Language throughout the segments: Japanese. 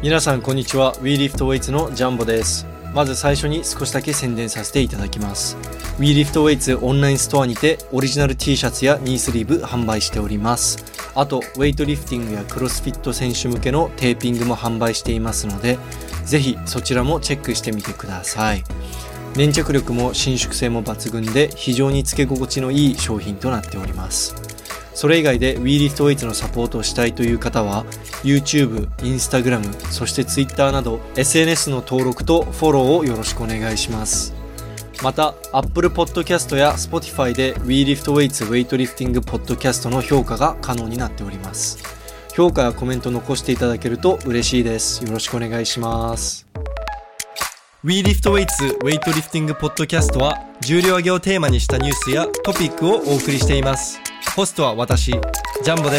皆さんこんにちは。 WeLiftWeights のジャンボです。まず最初に少しだけ宣伝させていただきます。 WeLiftWeights オンラインストアにてオリジナル T シャツやニースリーブ販売しております。あとウェイトリフティングやクロスフィット選手向けのテーピングも販売していますので、ぜひそちらもチェックしてみてください。粘着力も伸縮性も抜群で非常につけ心地のいい商品となっております。それ以外で WeLiftWeights のサポートをしたいという方は YouTube、Instagram、そして Twitter など SNS の登録とフォローをよろしくお願いします。また Apple Podcast や Spotify で WeLiftWeights ウェイトリフティングポッドキャストの評価が可能になっております。評価やコメント残していただけると嬉しいです。よろしくお願いします。WeLiftWeights ウェイトリフティングポッドキャストは重量挙げをテーマにしたニュースやトピックをお送りしています。ホストは私、ジャンボです。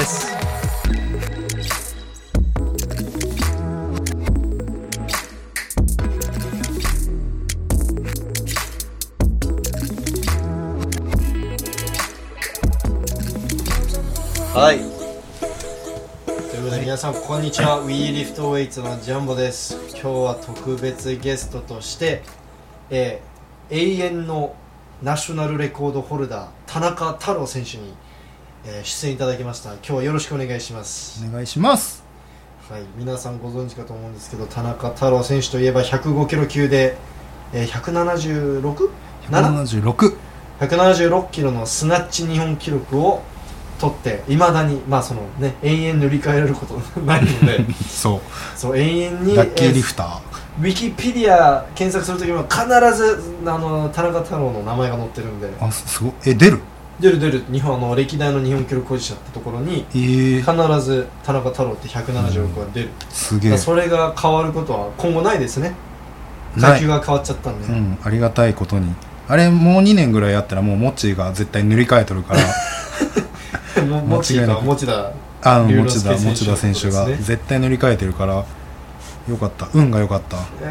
はい。ということで皆さんこんにちは。WeLiftWeights のジャンボです。今日は特別ゲストとして、永遠のナショナルレコードホルダー田中太郎選手に出演いただきました。今日はよろしくお願いします。 お願いします。 はい、皆さんご存知かと思うんですけど、田中太郎選手といえば105キロ級で、176キロのスナッチ日本記録を取っていまだに永遠塗り替えられることないのでそう永遠にラッキーリフター、 ウィキペディア検索するときは必ず田中太郎の名前が載ってるんで。 あ、すごい。出る日本歴代の日本記録保持者ってところに、必ず田中太郎って176が出る、 すげえ。 それが変わることは今後ないですね。階級が変わっちゃったんで、 ありがたいことに。あれもう2年ぐらいやったらもうモッチーが絶対塗り替えとるから持田選手が絶対塗り替えてるからよかった。運が良かった。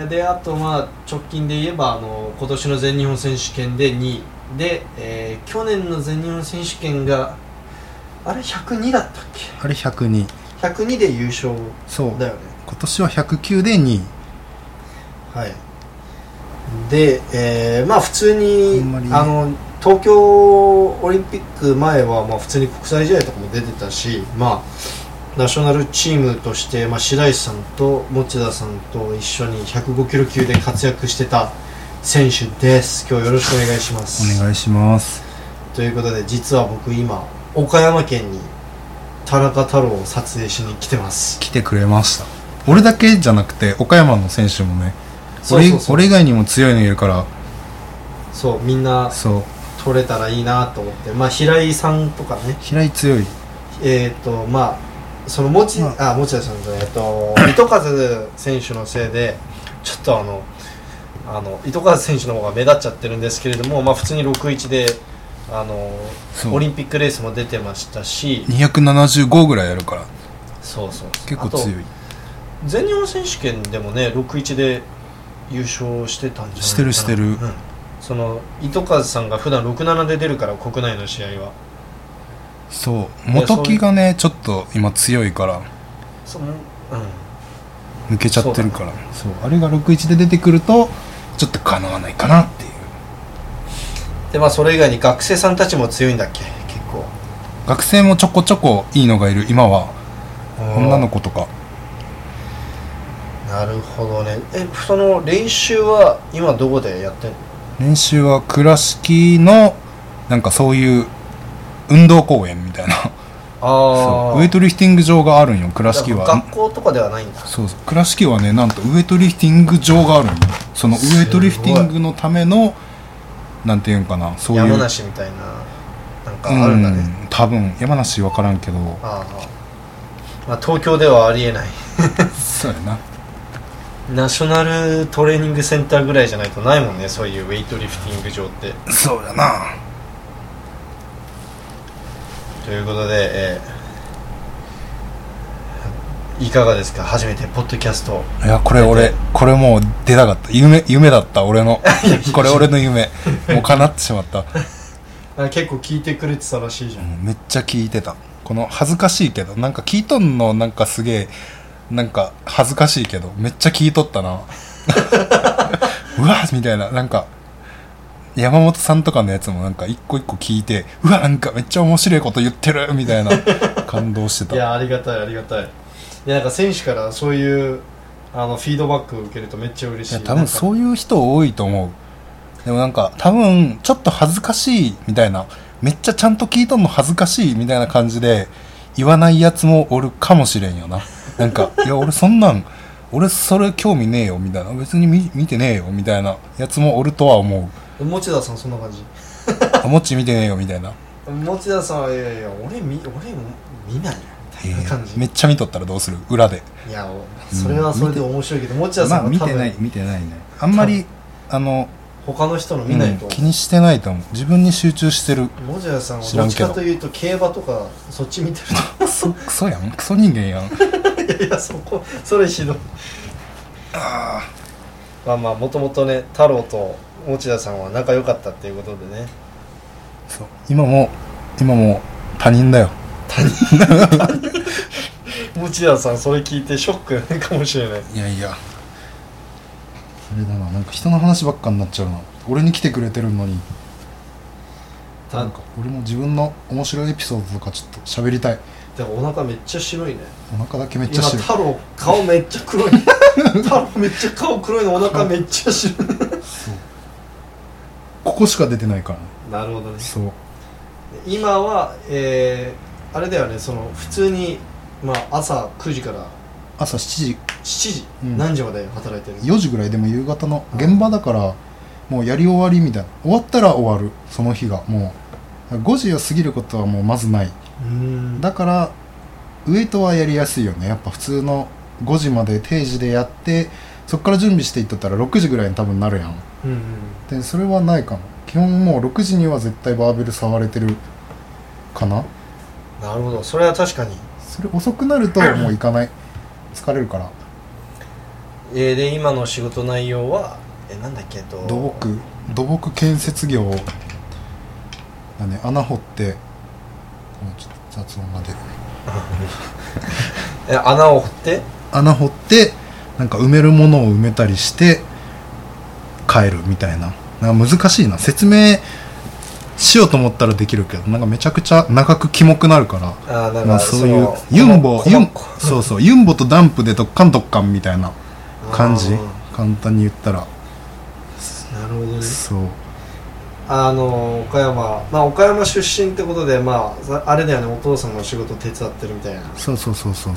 で、あと直近で言えば今年の全日本選手権で2位で、去年の全日本選手権があれ102だったっけ。 あれ102 で優勝だよね。 今年は109で2位。 はい。で、普通に東京オリンピック前は普通に国際試合とかも出てたし、ナショナルチームとして、白石さんと持田さんと一緒に105キロ級で活躍してた選手です。今日よろしくお願いします。 お願いします。 ということで、実は僕今岡山県に田中太郎を撮影しに来てます。 来てくれました。俺だけじゃなくて岡山の選手もね、俺以外にも強いのいるから、 そうみんな取れたらいいなと思って、平井さんとかね。 平井強い。 その持田さんじゃない、糸数選手のせいでちょっと糸数選手の方が目立っちゃってるんですけれども、普通に61でオリンピックレースも出てましたし、 275ぐらいやるから、 そう結構強い。 全日本選手権でもね61で優勝してたんじゃないかな。 してる、 その糸数さんが普段67で出るから、国内の試合は。 そう元木がねちょっと今強いから抜けちゃってるから、そうあれが61で出てくるとちょっとかなわないかなっていう。 でそれ以外に学生さんたちも強いんだっけ。結構学生もちょこちょこいいのがいる。今は女の子とか。 なるほどね。その練習は今どこでやってんの。 練習は倉敷のそういう運動公園みたいなウエイトリフティング場があるんよ。倉敷は学校とかではないんだ。 そう倉敷はね、なんとウエイトリフティング場があるんよ。そのウエイトリフティングのためのなんていうんかな、そういう山梨みたいなあるんだね。 多分山梨分からんけど、 東京ではありえないそうやな。 ナショナルトレーニングセンターぐらいじゃないとないもんね、そういうウェイトリフティング場って。 そうやな。 ということで、いかがですか、初めてポッドキャスト。 いや、これもう出たかった。夢だった俺のこれ俺の夢もう叶ってしまった結構聞いてくれてたらしいじゃん。 めっちゃ聞いてた。この恥ずかしいけど聞いとんのすげえなんか恥ずかしいけどめっちゃ聞いとったなうわみたいな、なんか山本さんとかのやつもなんか一個一個聞いて、うわなんかめっちゃ面白いこと言ってるみたいな感動してた。 いやありがたいありがたい。いやなんか選手からそういうフィードバックを受けるとめっちゃ嬉しい。 いや多分そういう人多いと思う。でもなんか多分ちょっと恥ずかしいみたいな、めっちゃちゃんと聞いとんの恥ずかしいみたいな感じで言わないやつもおるかもしれんよな。なんかいや俺そんなん俺それ興味ねえよみたいな、別に見てねえよみたいなやつもおるとは思う。持田さんそんな感じもっち見てねえよみたいな。 持田さんはいやいや俺見ないよみたいな感じ、 めっちゃ見とったらどうする裏で。 いやそれはそれで面白いけど、持田さんは見てないね。あんまり他の人の見ないと、 気にしてないと思う。自分に集中してる。 持田さんはどっちかというと競馬とかそっち見てるクソやん、クソ人間やんいやそれひどい。まあもともとね太郎と持田さんは仲良かったっていうことでね。 そう今も他人だよ。 他人持田さんそれ聞いてショックかもしれない。 いやあれだな、なんか人の話ばっかになっちゃうな。俺に来てくれてるのになんか俺も自分の面白いエピソードとかちょっと喋りたい。 でもお腹めっちゃ白いね。 お腹だけめっちゃ白い。 今太郎顔めっちゃ黒い太郎めっちゃ顔黒いの、お腹めっちゃ白いそうここしか出てないからね。 なるほどね。 そう今はあれだよね、その普通に朝9時から朝7 時、 うん、 何時まで働いてる ？4時ぐらい。でも夕方の現場だからもうやり終わりみたいな、終わったら終わる、その日がもう5時を過ぎることはもうまずない。だからウエイトはやりやすいよね。やっぱ普通の5時まで定時でやってそっから準備していっとったら6時ぐらいに多分なるやん、でそれはないかも。基本もう6時には絶対バーベル触れてるかな。 なるほど、それは確かに。 それ遅くなるともう行かない疲れるから。 で今の仕事内容はなんだっけ、 土木建設業だね。穴掘ってちょっと雑音が出る穴掘ってなんか埋めるものを埋めたりして帰るみたいな。なんか難しいな、説明しようと思ったらできるけどなんかめちゃくちゃ長くキモくなるから。 なんかそういうユンボとダンプでドッカンみたいな感じ。簡単に言ったら。 なるほどね。 そう岡山出身ってことであれだよね、お父さんの仕事手伝ってるみたいな。 そう、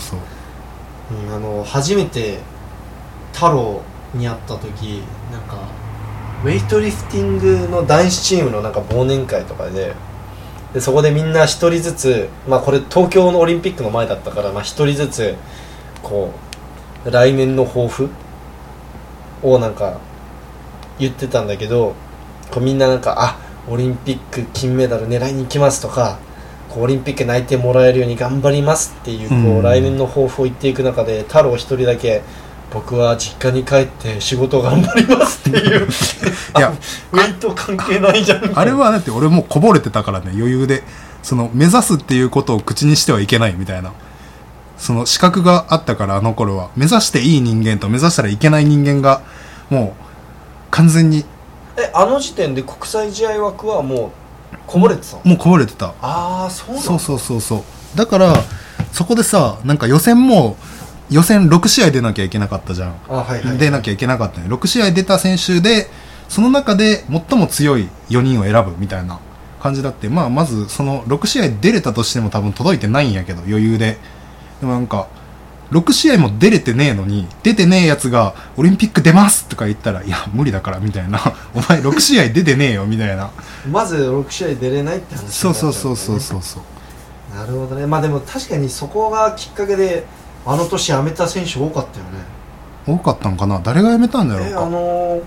初めて太郎に会った時なんかウェイトリフティングの男子チームのなんか忘年会とかでそこでみんな一人ずつこれ東京のオリンピックの前だったから一人ずつこう来年の抱負をなんか言ってたんだけど、こうみんななんかオリンピック金メダル狙いに行きますとか、こうオリンピック内定もらえるように頑張りますっていう、こう来年の抱負を言っていく中で太郎一人だけ僕は実家に帰って仕事頑張りますっていういやウェイト関係ないじゃん。 あれはだって俺もうこぼれてたからね、余裕で。その目指すっていうことを口にしてはいけないみたいなその資格があったから、あの頃は目指していい人間と目指したらいけない人間がもう完全に。 あの時点で国際試合枠はもうこぼれてたの？ もうこぼれてた。 そうなの？ そうだからそこでさ、なんか予選6試合出なきゃいけなかったじゃん。出なきゃいけなかったね。6試合出た選手でその中で最も強い4人を選ぶみたいな感じだって。まずその6試合出れたとしても多分届いてないんやけど余裕で。でもなんか6試合も出れてねえのに、出てねえやつがオリンピック出ますとか言ったら、いや無理だからみたいなお前6試合出てねえよみたいなまず6試合出れないって話になっちゃう、ね、 そうなるほどね。でも確かにそこがきっかけであの年辞めた選手多かったよね。 多かったんかな。誰が辞めたんだろう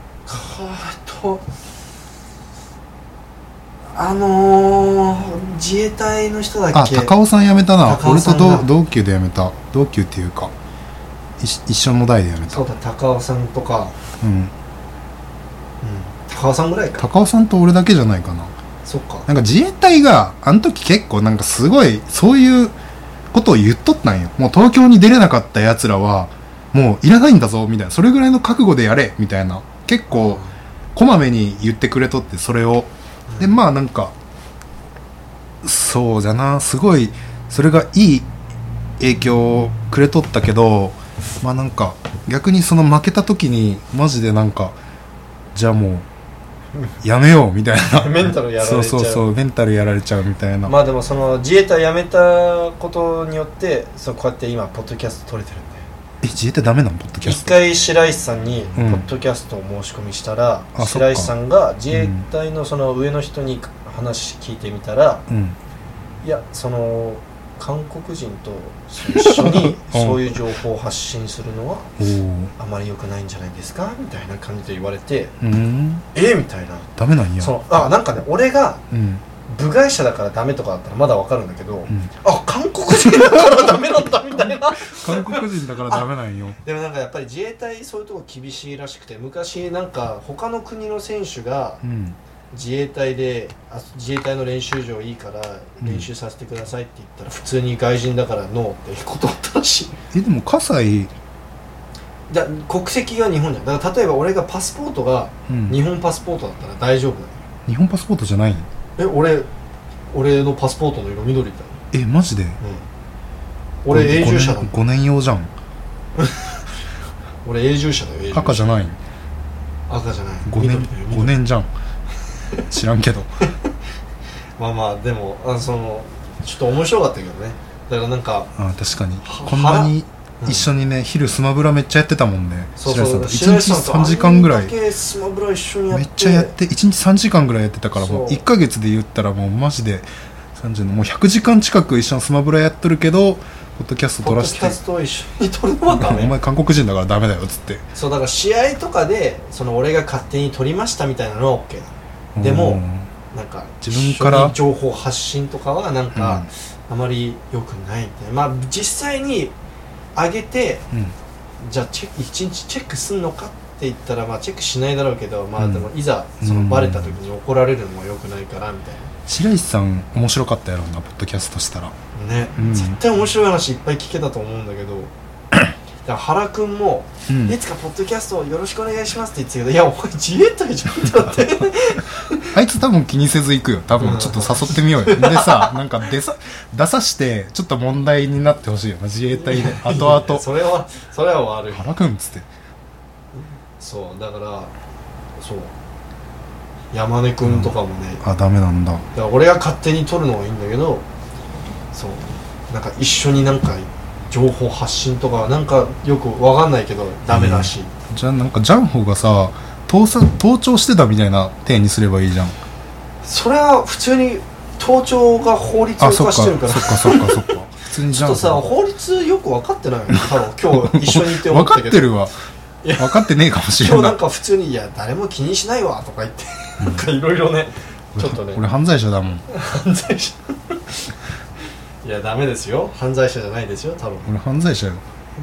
か。自衛隊の人だっけ。 高尾さん辞めたな。俺と同級で辞めた。同級っていうか一緒の代で辞めた。 そうだ、高尾さんとか高尾さんぐらいか。 高尾さんと俺だけじゃないかな。 そっか。 なんか自衛隊があの時結構なんかすごいそういうことを言っとったんよ。もう東京に出れなかった奴らはもういらないんだぞみたいな、それぐらいの覚悟でやれみたいな、結構こまめに言ってくれとって、それをでまあなんかそうじゃな、すごいそれがいい影響をくれとったけど、まあなんか逆にその負けた時にマジでなんかじゃあもうやめようみたいなメンタルやられちゃう。 そうメンタルやられちゃうみたいな。 まあでもその自衛隊辞めたことによってこうやって今ポッドキャスト撮れてるんで。 自衛隊ダメなのポッドキャスト？ 一回白石さんにポッドキャストを申し込みしたら、白石さんが自衛隊のその上の人に話聞いてみたら、いやその韓国人と一緒にそういう情報を発信するのはあまり良くないんじゃないですかみたいな感じで言われて、みたいな。 ダメなんや。 なんかね、俺が部外者だからダメとかだったらまだわかるんだけど、韓国人だからダメなんだみたいな韓国人だからダメなんよ。 でもなんかやっぱり自衛隊そういうとこ厳しいらしくて、昔なんか他の国の選手が自衛隊で自衛隊の練習場いいから練習させてくださいって言ったら、普通に外人だからノーって断ったらしい。 でも葛西国籍が日本じゃん。だから例えば俺がパスポートが日本パスポートだったら大丈夫だよ。 日本パスポートじゃないの？ 俺のパスポートの色緑だよ。 マジで？ 俺永住者だもん。 5年用じゃん俺永住者だよ。 赤じゃない？ 赤じゃない。 5年じゃん知らんけどまあでもちょっと面白かったけどね。だからなんか確かにこんなに一緒にね、昼スマブラめっちゃやってたもんね。 そう白石さんと1日3時間ぐらいスマブラ一緒にやって、 めっちゃやって1日3時間ぐらいやってたから、もう1ヶ月で言ったらもうマジで30のもう100時間近く一緒にスマブラやっとるけど、ポッドキャスト撮らせて、 ポッドキャストを一緒に撮るのはダメ。 お前韓国人だからダメだよっつって。 そうだから試合とかで俺が勝手に撮りましたみたいなのは OK だ。でもなんか自分から情報発信とかはなんかあまり良くないみたいな。まあ実際に上げて、じゃあ1日チェックすんのかって言ったら、まあチェックしないだろうけど、まあでもいざバレた時に怒られるのも良くないからみたいな。 白石さん面白かったやろうな、ポッドキャストしたらね、絶対面白い話いっぱい聞けたと思うんだけどだから原くんも、いつかポッドキャストよろしくお願いしますって言ってたけど、いやお前自衛隊じゃんだってあいつ多分気にせず行くよ。多分ちょっと誘ってみようよ。でさ、なんか出さしてちょっと問題になってほしいよな、自衛隊で後々 それは悪い。 原くんっつって。 そうだからそう山根くんとかもね、 ダメなんだ。 だから俺が勝手に撮るのはいいんだけど、そうなんか一緒になんか情報発信とかなんかよくわかんないけどダメだし、 じゃあなんかジャンホがさ盗聴してたみたいな体にすればいいじゃん。 それは普通に盗聴が法律を犯してるから。 そっか普通にジャンホちょっとさ法律よく分かってないよ多分今日一緒にいて思ったけど分かってるわ。分かってねえかもしれない。 今日なんか普通にいや誰も気にしないわとか言ってなんかいろいろねちょっとね俺犯罪者だもん。 犯罪者いやダメですよ、犯罪者じゃないですよ多分。 俺犯罪者よ。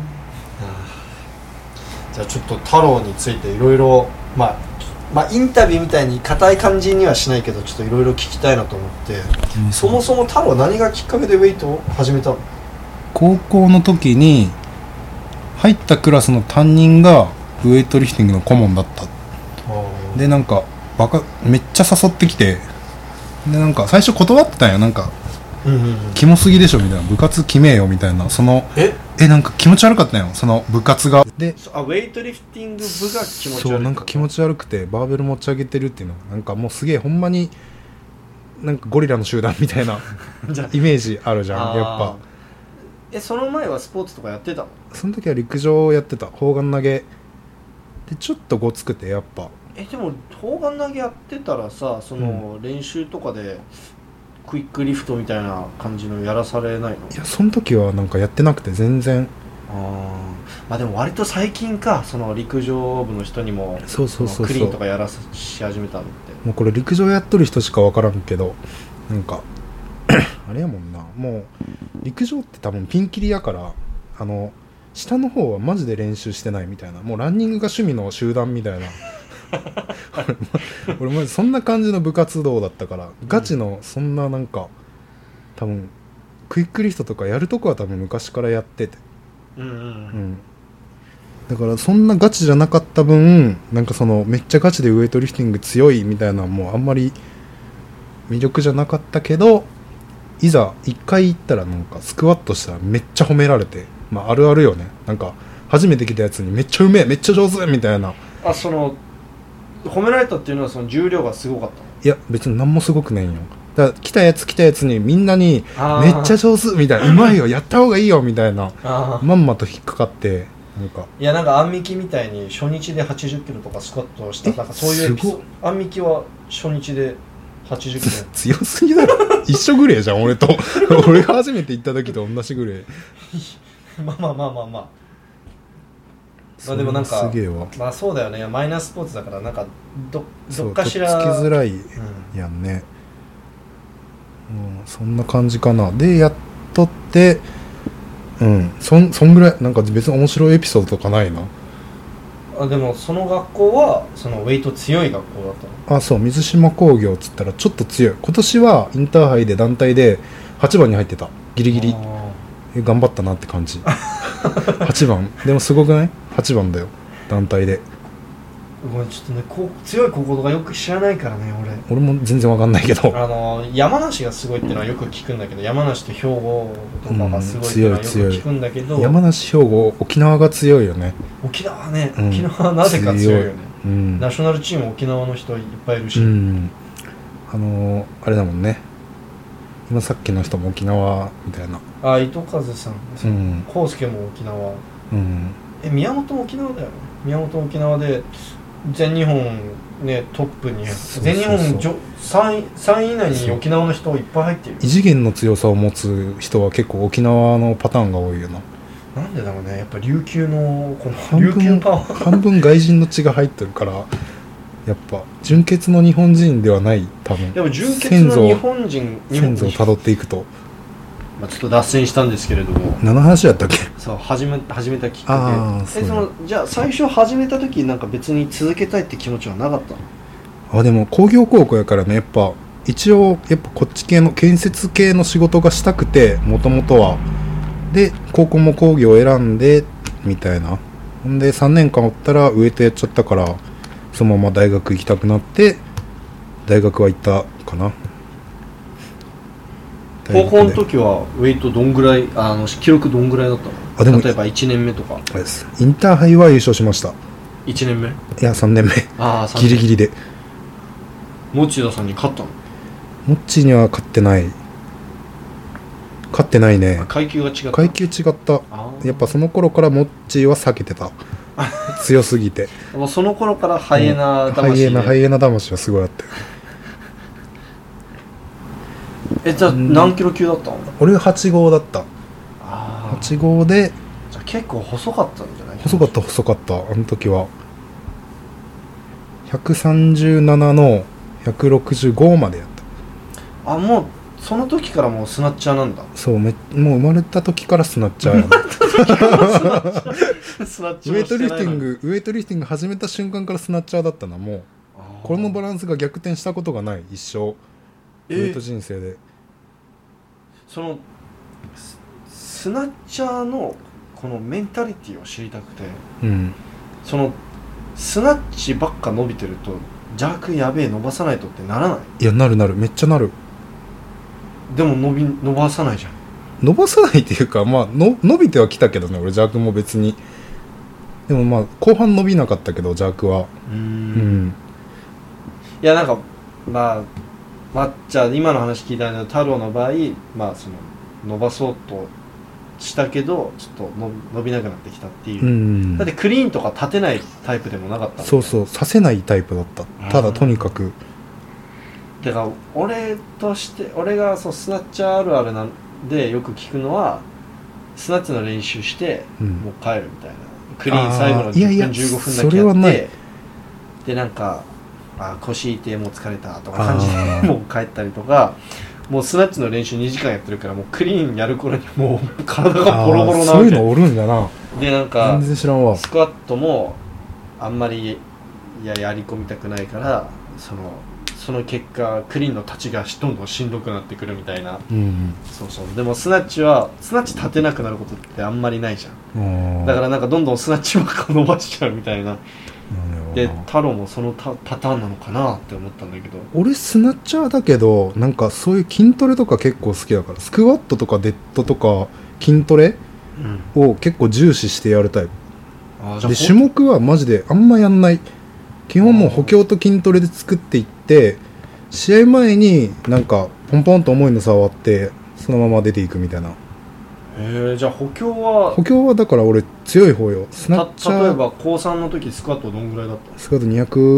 じゃあちょっと太郎についていろいろまあインタビューみたいに硬い感じにはしないけどちょっといろいろ聞きたいなと思って、そもそも太郎何がきっかけでウェイトを始めたの？ 高校の時に入ったクラスの担任がウェイトリフティングの顧問だった。でなんかめっちゃ誘ってきて、でなんか最初断ってたんよ。なんかキモすぎでしょみたいな、部活決めよみたいな、なんか気持ち悪かったんよその部活が。でウェイトリフティング部が気持ち悪い。 そうなんか気持ち悪くて、バーベル持ち上げてるっていうのなんかもうすげえほんまになんかゴリラの集団みたいなイメージあるじゃんやっぱ。 その前はスポーツとかやってたの？ その時は陸上やってた。砲丸投げでちょっとごつくてやっぱ。 でも砲丸投げやってたらさ、その練習とかでクイックリフトみたいな感じのやらされないの？ いやその時はなんかやってなくて全然。 まあでも割と最近か、その陸上部の人にもそうクリーンとかやらし始めたのって。 もうこれ陸上やっとる人しか分からんけど、なんかあれやもんな、もう陸上って多分ピンキリやから、下の方はマジで練習してないみたいな、もうランニングが趣味の集団みたいな俺マジそんな感じの部活動だったから、ガチのそんななんか多分クイックリフトとかやるとこは多分昔からやってて、だからそんなガチじゃなかった分、なんかそのめっちゃガチでウエイトリフティング強いみたいなのもあんまり魅力じゃなかったけど、いざ一回行ったらなんかスクワットしたらめっちゃ褒められて、まああるあるよね。なんか初めて来たやつにめっちゃうめえ、めっちゃ上手みたいな。 その褒められたっていうのはその重量がすごかったの？ いや別に何もすごくないんよ。だから来たやつにみんなにめっちゃ上手みたいな、うまいよ、やった方がいいよみたいな、まんまと引っかかって、なんかいやなんかアンミキみたいに初日で80キロとかスクワットをした、なんかそういうエピソード。アンミキは初日で80キロ強すぎだろ一緒ぐらいじゃん俺と俺が初めて行った時と同じぐらいまあでもなんかすげえわ。 まあそうだよね、マイナースポーツだからなんかどっかしらとっつきづらいやんね、そんな感じかな。でやっとってそんぐらい。なんか別に面白いエピソードとかないな。 でもその学校はそのウェイト強い学校だったの？ そう、水島工業っつったらちょっと強い。今年はインターハイで団体で8番に入ってた。ギリギリ頑張ったなって感じ8番でもすごくない？8番だよ団体で。 ごめんちょっとね、強い高校とかよく知らないからね。 俺も全然わかんないけど山梨がすごいっていうのはよく聞くんだけど、山梨と兵庫とかがすごいっていうのはよく聞くんだけど、 山梨、兵庫、沖縄が強いよね。 沖縄ね、沖縄はなぜか強いよね、ナショナルチーム沖縄の人いっぱいいるし、あれだもんね、今さっきの人も沖縄みたいな。 糸数さん、康介も沖縄、宮本も沖縄だよね。宮本沖縄で全日本ねトップに、全日本3位以内に沖縄の人いっぱい入ってる。 異次元の強さを持つ人は結構沖縄のパターンが多いよな。 なんでだろうね、やっぱ琉球のこの琉球パワー半分外人の血が入ってるから、やっぱ純血の日本人ではない。多分でも純血の日本人先祖をたどっていくと、 ちょっと脱線したんですけれども、 何の話だったっけ？ そう、始めたきっかけ。じゃあ最初始めた時なんか別に続けたいって気持ちはなかったの？ でも工業高校やからね、やっぱ一応やっぱこっち系の建設系の仕事がしたくて、もともとはで高校も工業を選んでみたいな。ほんで3年間おったら上とやっちゃったから、そのまま大学行きたくなって大学は行ったかな。 高校の時はウェイトどんぐらい、記録どんぐらいだったの？例えば1年目とか。 インターハイは優勝しました。 1年目？いや3年目。ギリギリで。 持田さんに勝ったの？ モッチーには勝ってないね。 階級が違った？ 階級違った。やっぱその頃からモッチーは避けてた強すぎて。 もうその頃からハイエナ魂ハイエナ魂はすごいあったよ。 じゃあ何キロ級だったの？ 俺は8号だった。8号で。 じゃあ結構細かったんじゃない？ 細かった。あの時は137の165までやった。 もうその時からもうスナッチャーなんだ。 そう、もう生まれた時からスナッチャーやねウエイトリフティング始めた瞬間からスナッチャーだったな。もうこのバランスが逆転したことがない、一生ウエイト人生で。 そのスナッチャーのこのメンタリティを知りたくて、そのスナッチばっか伸びてるとジャークやべえ伸ばさないとってならない？ いや、なるめっちゃなる。 でも伸ばさないじゃん。 伸ばさないっていうか、伸びてはきたけどね、俺ジャークも別に。でも後半伸びなかったけどジャークは。 いやなんかじゃあ今の話聞いたの太郎の場合、その伸ばそうとしたけどちょっと伸びなくなってきたっていう、だってクリーンとか立てないタイプでもなかった。 そうさせないタイプだった。ただとにかくだから俺がそうスナッチャーあるあるなんでよく聞くのは、スナッチの練習して、もう帰るみたいな。クリーン最後の10分15分だけやって、でなんか腰痛い、もう疲れたとか感じでもう帰ったりとか、もうスナッチの練習2時間やってるから、もうクリーンやる頃にもう体がボロボロなわけ。 そういうのおるんだな。 でなんか全然知らんわ。 スクワットもあんまりやり込みたくないから、 その結果クリーンの立ちがどんどんしんどくなってくるみたいな、 うん、 そうそう。でもスナッチ立てなくなることってあんまりないじゃん。だからなんかどんどんスナッチばっか伸ばしちゃうみたいな。で太郎もそのパターンなのかなって思ったんだけど、 俺スナッチャーだけどなんかそういう筋トレとか結構好きだから、スクワットとかデッドとか筋トレを結構重視してやるタイプ、で種目はマジであんまやんない。基本もう補強と筋トレで作っていって、試合前になんかポンポンと重いの触ってそのまま出ていくみたいな。 じゃあ補強はだから俺強い方よ。スナッチャー例えば高3の時スクワットどんぐらいだった？ スクワット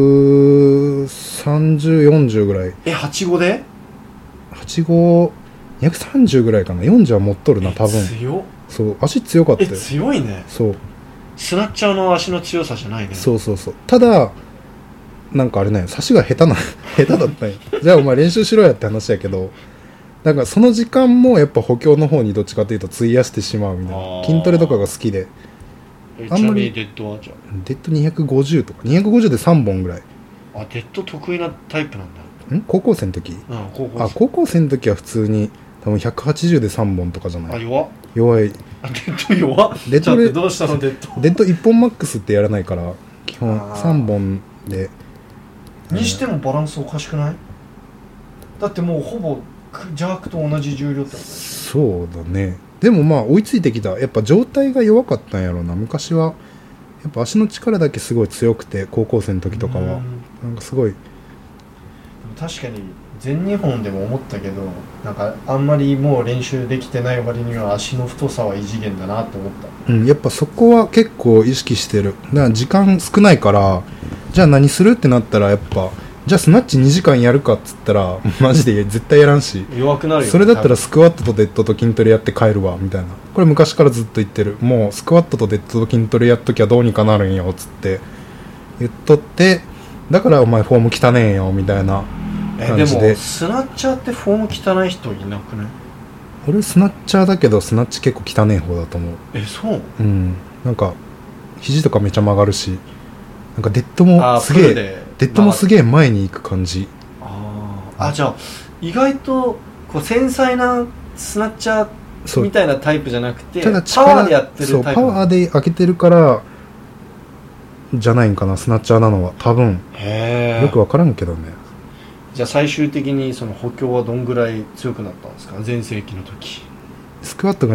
230、40ぐらい。 85で 85、230ぐらいかな。40は持っとるな多分。 強っ。 そう、足強かったよ。 強いね。 そう。 スナッチャーの足の強さじゃないね。 そう。ただなんかあれね、差しが下手だったんや。じゃあお前練習しろやって話やけど、なんかその時間もやっぱ補強の方にどっちかというと費やしてしまうみたいな。筋トレとかが好きで。 あんまりデッドはじゃあデッド250とか250で3本ぐらい。 デッド得意なタイプなんだ。 高校生の時？高校生の時は普通に多分180で3本とかじゃない。弱い。 デッド弱っ。デッドどうしたの？デッド1本マックスってやらないから基本3本で。 にしてもバランスおかしくない？だってもうほぼジャークと同じ重量ってこと？ そうだね。でもまあ追いついてきた。やっぱ状態が弱かったんやろうな。昔はやっぱ足の力だけすごい強くて、高校生の時とかはなんかすごい。 確かに全日本でも思ったけど、なんかあんまりもう練習できてない割には足の太さは異次元だなって思った。 やっぱそこは結構意識してる。だから時間少ないからじゃあ何するってなったら、やっぱじゃあスナッチ2時間やるかっつったらマジで絶対やらんし、 弱くなるよ。 それだったらスクワットとデッドと筋トレやって帰るわみたいな。これ昔からずっと言ってる。もうスクワットとデッドと筋トレやっときゃどうにかなるんよっつって言っとって、だからお前フォーム汚ねえよみたいな感じで。 でもスナッチャーってフォーム汚い人いなくない？ 俺スナッチャーだけどスナッチ結構汚ねえ方だと思う。 そう？ なんか肘とかめちゃ曲がるし、なんかデッドもすげえ前に行く感じ。 じゃあ意外とこう繊細なスナッチャーみたいなタイプじゃなくて、 ただパワーでやってるタイプ。 そう、パワーで開けてるからじゃないんかな、スナッチャーなのは多分。よく分からんけどね。 じゃあ最終的にその補強はどんぐらい強くなったんですか？全盛期の時。 スクワットが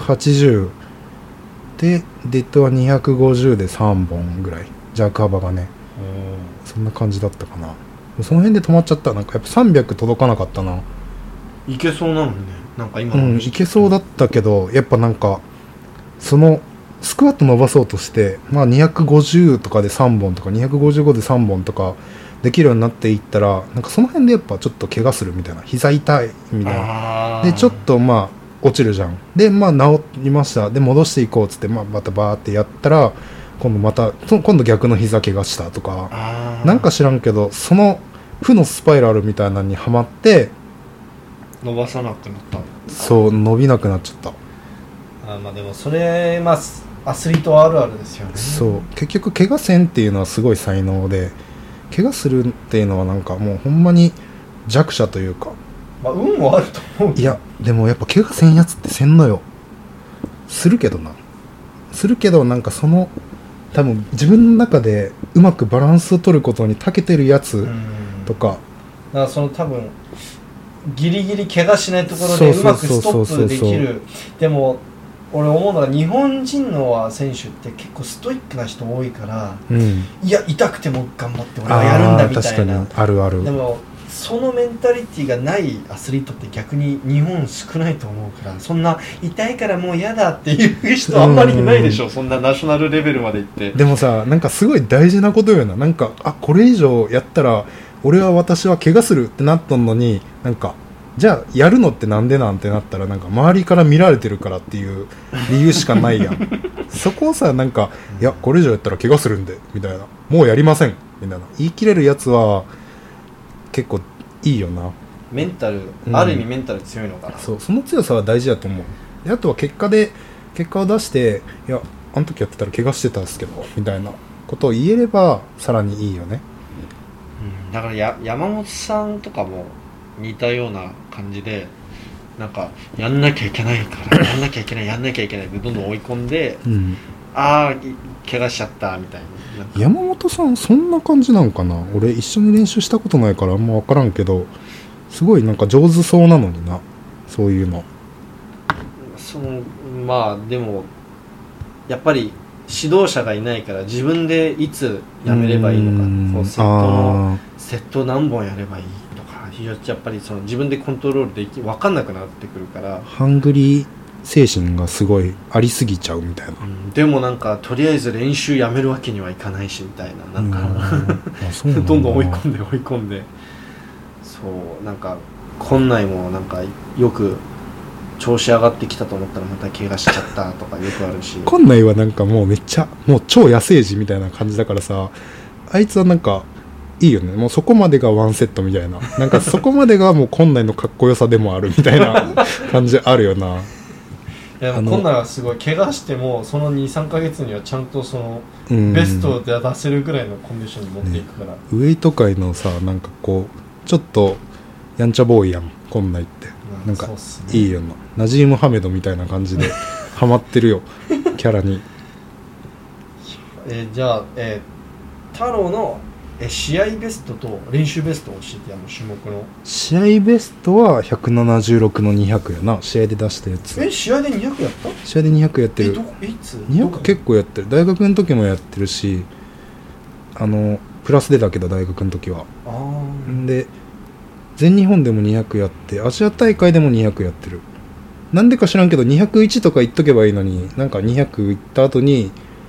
280でデッドは250で3本ぐらい、ジャーク幅がね。そんな感じだったかな。その辺で止まっちゃった。なんかやっぱ300届かなかったな。 いけそうなのにね。なんか今のいけそうだったけど、やっぱなんかそのスクワット伸ばそうとして、まあ250とかで3本とか255で3本とかできるようになっていったら、なんかその辺でやっぱちょっと怪我するみたいな、膝痛いみたいなで、ちょっとまあ落ちるじゃん。でまあ治りました。で戻していこうっつって、またバーってやったら今度逆の膝怪我したとか、なんか知らんけどその負のスパイラルみたいなのにはまって伸ばさなくなった。 そう、伸びなくなっちゃった。 まあでもそれアスリートあるあるですよね。 そう、結局怪我せんっていうのはすごい才能で、怪我するっていうのはなんかもうほんまに弱者というか、 運もあると思う。 いやでもやっぱ怪我せんやつってせんのよ。するけどなんかその多分自分の中でうまくバランスを取ることに長けてるやつとか、 だからその多分ギリギリ怪我しないところでうまくストップできる。でも俺思うのが、日本人の選手って結構ストイックな人多いから、いや痛くても頑張って俺はやるんだみたいな。 確かにあるある。 でもそのメンタリティがないアスリートって逆に日本少ないと思うから、そんな痛いからもう嫌だっていう人あんまりいないでしょ。そんなナショナルレベルまで行って。 でもさ、なんかすごい大事なことよな。なんかこれ以上やったら私は怪我するってなったのに、なんかじゃあやるのってなんでなんてなったら、なんか周りから見られてるからっていう理由しかないやんそこをさ、なんかいやこれ以上やったら怪我するんでみたいな、もうやりませんみたいな言い切れるやつは結構いいよな。 メンタル、ある意味メンタル強いのかな。 その強さは大事だと思う。であとは結果を出して、いやあの時やってたら怪我してたんですけどみたいなことを言えればさらにいいよね。 だから山本さんとかも似たような感じで、なんかやんなきゃいけないからやんなきゃいけないってどんどん追い込んで、ああ怪我しちゃったみたいな。 山本さんそんな感じなんかな。俺一緒に練習したことないからあんま分からんけど、すごいなんか上手そうなのにな、そういうの。 まあでもやっぱり指導者がいないから自分でいつやめればいいのか、セット何本やればいいとか、やっぱり自分でコントロールで分かんなくなってくるから、 ハングリー精神がすごいありすぎちゃうみたいな、 でもなんかとりあえず練習やめるわけにはいかないしみたいな、なんかどんどん追い込んで、そうなんか今内もなんかよく調子上がってきたと思ったらまた怪我しちゃったとかよくあるし、 今内はなんかもうめっちゃもう超野生児みたいな感じだからさ、あいつはなんかいいよね。もうそこまでがワンセットみたいな、なんかそこまでがもう今内のかっこよさでもあるみたいな感じあるよな。 いや今内はすごい怪我してもその 2,3 ヶ月にはちゃんとベストで出せるぐらいのコンディションに持っていくから、ね、 ウエイト界のさ、なんかこうちょっとやんちゃボーイやん今内って、なんかいいよな、ナジーム・ハメドみたいな感じでハマってるよキャラに。 じゃあ、太郎の試合ベストと練習ベストを教えて、種目の試合ベストは176の200やな、試合で出したやつ。 試合で200やった？ 試合で200やってる。 いつ 200結構やってる。大学の時もやってるし、プラスでだけど大学の時は。で全日本でも200やって、アジア大会でも200やってる。なんでか知らんけど201とか言っとけばいいのに、なんか200行った後に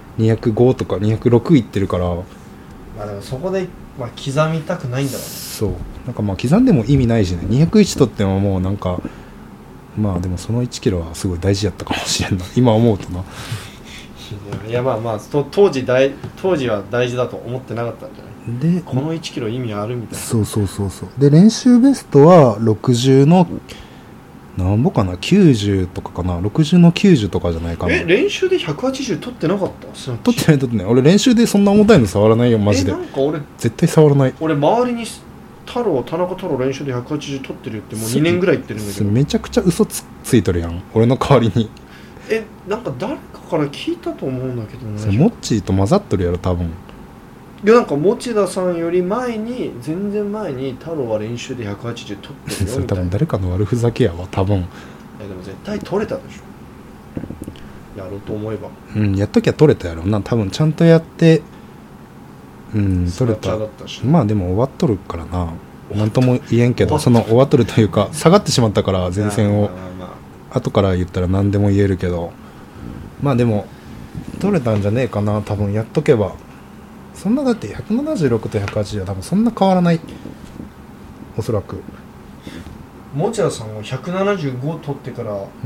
205とか206行ってるから、 まあでもそこで、刻みたくないんだろうね。 そうなんか刻んでも意味ないしね。201とってももうなんかでもその1キロはすごい大事やったかもしれんな今思うとな。 いや当時は大事だと思ってなかったんじゃないで、この1キロ意味あるみたいな。 そうで練習ベストは60のなんぼかな、90とかかな、60の90とかじゃないかな。 練習で180取ってなかった？ 取ってない。俺練習でそんな重たいの触らないよマジで。 なんか俺絶対触らない。 俺周りに田中太郎練習で180取ってるってもう2年ぐらい言ってるんだけど、 めちゃくちゃ嘘ついとるやん俺の代わりに。 なんか誰かから聞いたと思うんだけどね。 モッチーと混ざっとるやろ多分。 いやなんか持田さんより全然前に太郎は練習で180取ってるよみたいな。 それ多分誰かの悪ふざけやわ多分。 でも絶対取れたでしょ、やろうと思えば。 やっときゃ取れたやろな多分。ちゃんとやって取れた。でも終わっとるからな、なんとも言えんけど、終わっとるというか下がってしまったから前線を。後から言ったら何でも言えるけど、でも取れたんじゃねえかな多分。やっとけばそんな、だって176と180は多分そんな変わらないおそらく。 持田さんは175取ってから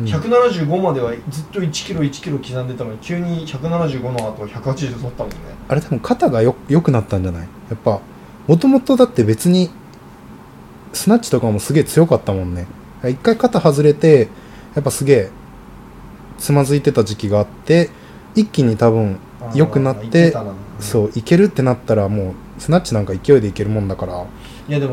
、175まではずっと1キロ刻んでたのに、急に175の後180取ったもんね。 あれ多分肩が良くなったんじゃない？やっぱもともとだって別にスナッチとかもすげえ強かったもんね。一回肩外れてやっぱすげえつまずいてた時期があって、一気に多分良くなって、そういけるってなったらもうスナッチなんか勢いでいけるもんだから。 いやでも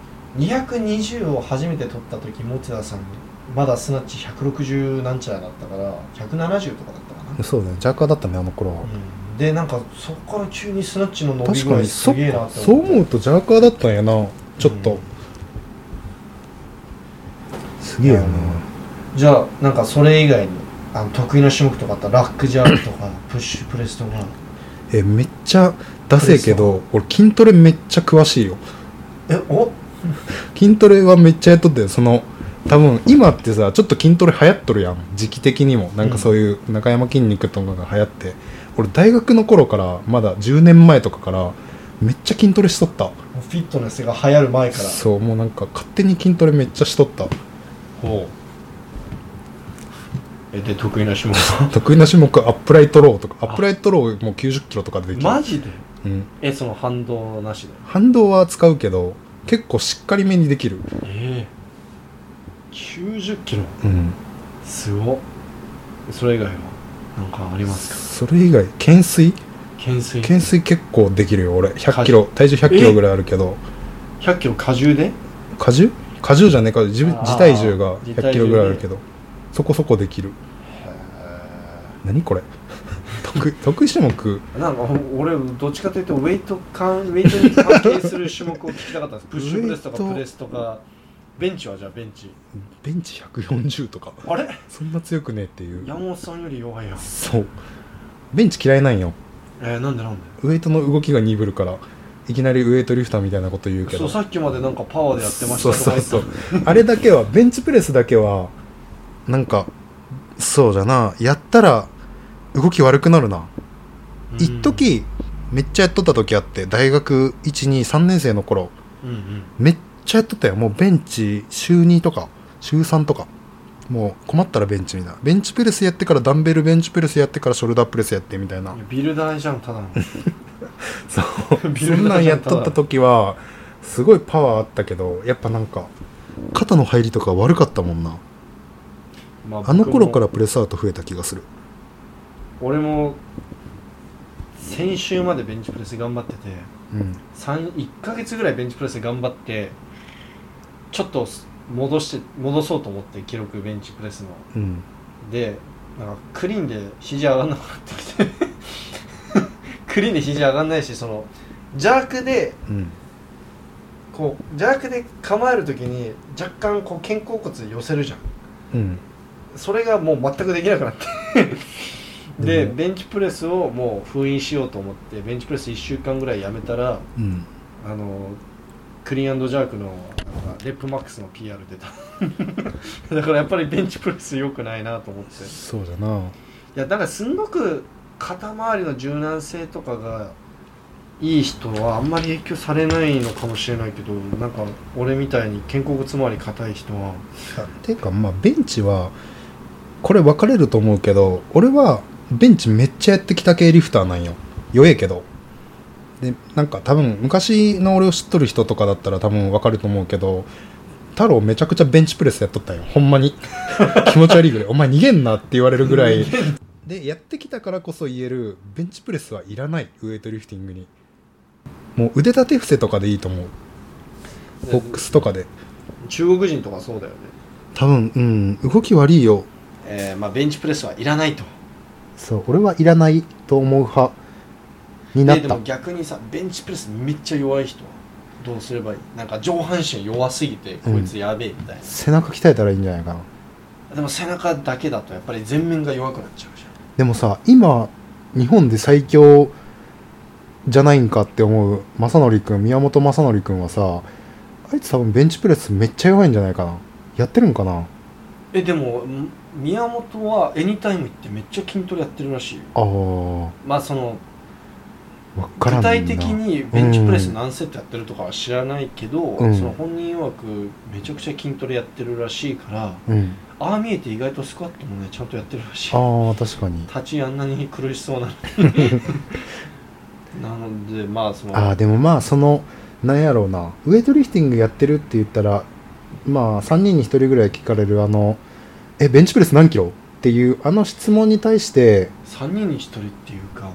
220を初めて取った時、持田さんまだスナッチ160なんちゃらだったから170とかだったかな。 そうだね、ジャーカーだったねあの頃は。 でなんかそこから急にスナッチの伸び具合すげえなって思って。 そう思うとジャーカーだったんやなちょっと、すげえよな。 じゃあなんかそれ以外に得意な種目とかあったら、ラックジャーとかプッシュプレスとか。 めっちゃダセえけど俺筋トレめっちゃ詳しいよ。筋トレはめっちゃやっとって多分今ってさちょっと筋トレ流行っとるやん時期的にも。なんかそういう中山筋肉とかが流行って、俺大学の頃からまだ10年前とかからめっちゃ筋トレしとった。 フィットネスが流行る前から。 そうもうなんか勝手に筋トレめっちゃしとった。 で得意な種目得意な種目アップライトローとか。アップライトローもう90キロとかでできる。 マジで？その反動なしで？ 反動は使うけど結構しっかりめにできる。 90キロ、すごっ。それ以外は何かありますか？ それ以外懸垂結構できるよ俺。100キロ体重100キロぐらいあるけど 100キロ荷重で荷重じゃねえか、自体重が100キロぐらいあるけどそこそこできる。何これ得意種目なんか俺どっちかというとウェイトに関係する種目を聞きたかったんです。プッシュプレスとかプレスとか。ベンチはじゃあベンチ 140とか、 あれそんな強くねえっていう。 山本さんより弱いやん。 そう、ベンチ嫌いなんよ。 なんでウエイトの動きが鈍るからいきなりウエイトリフターみたいなこと言うけど、 そうさっきまでなんかパワーでやってましたとか言った。 そうあれだけはベンチプレスだけはなんかそうじゃな、やったら動き悪くなるな。一時めっちゃやっとった時あって、大学 1,2,3 年生の頃、めっちゃやっとったよ。もうベンチ週2とか週3とか、もう困ったらベンチみたいな。ベンチプレスやってからダンベルベンチプレスやってからショルダープレスやってみたいな。 ビルダーじゃんただのそうそんなんやっとった時はすごいパワーあったけど、やっぱなんか肩の入りとか悪かったもんな。あの頃からプレスアウト増えた気がする。 俺も先週までベンチプレス頑張ってて、1ヶ月ぐらいベンチプレス頑張ってちょっと戻そうと思って記録ベンチプレスの、でなんかクリーンで肘上がんなくなってきてクリーンで肘上がんないし、そのジャークで、こうジャークで構えるときに若干こう肩甲骨寄せるじゃん、それがもう全くできなくなってで、ベンチプレスをもう封印しようと思ってベンチプレス1週間ぐらいやめたら、クリーン&ジャークのレップマックスの PR 出ただからやっぱりベンチプレス良くないなと思って。 そうだな。 いやだからすんごく肩周りの柔軟性とかがいい人はあんまり影響されないのかもしれないけど、なんか俺みたいに肩甲骨周り硬い人は。 ていうかまあベンチはこれ分かれると思うけど、俺はベンチめっちゃやってきた系リフターなんよ。弱えけど。でなんか多分昔の俺を知っとる人とかだったら多分分かると思うけど、太郎めちゃくちゃベンチプレスやっとったよ、ほんまに気持ち悪いぐらい。お前逃げんなって言われるぐらいでやってきたからこそ言える、ベンチプレスはいらない、ウエイトリフティングに。もう腕立て伏せとかでいいと思う、ボックスとかで。 中国人とかそうだよね多分。動き悪いよ。 まあベンチプレスはいらないと。 そう、俺はいらないと思う派になった。 でも逆にさ、ベンチプレスめっちゃ弱い人はどうすればいい？なんか上半身弱すぎてこいつやべえみたいな、 背中鍛えたらいいんじゃないかな。 でも背中だけだとやっぱり前面が弱くなっちゃうじゃん。 でもさ、今日本で最強じゃないんかって思う宮本正則君はさ、あいつ多分ベンチプレスめっちゃ弱いんじゃないかな。やってるんかな。 でも宮本はエニタイム行ってめっちゃ筋トレやってるらしいよ。まあその具体的にベンチプレス何セットやってるとかは知らないけど、その本人曰くめちゃくちゃ筋トレやってるらしいから、ああ見えて意外とスクワットもねちゃんとやってるらしい。 確かに立ちあんなに苦しそうななのでまあそのでもまあそのなんやろうな、ウエイトリフティングやってるって言ったらまあ3人に1人ぐらい聞かれるベンチプレス何キロっていう質問に対して 3人に1人っていうか、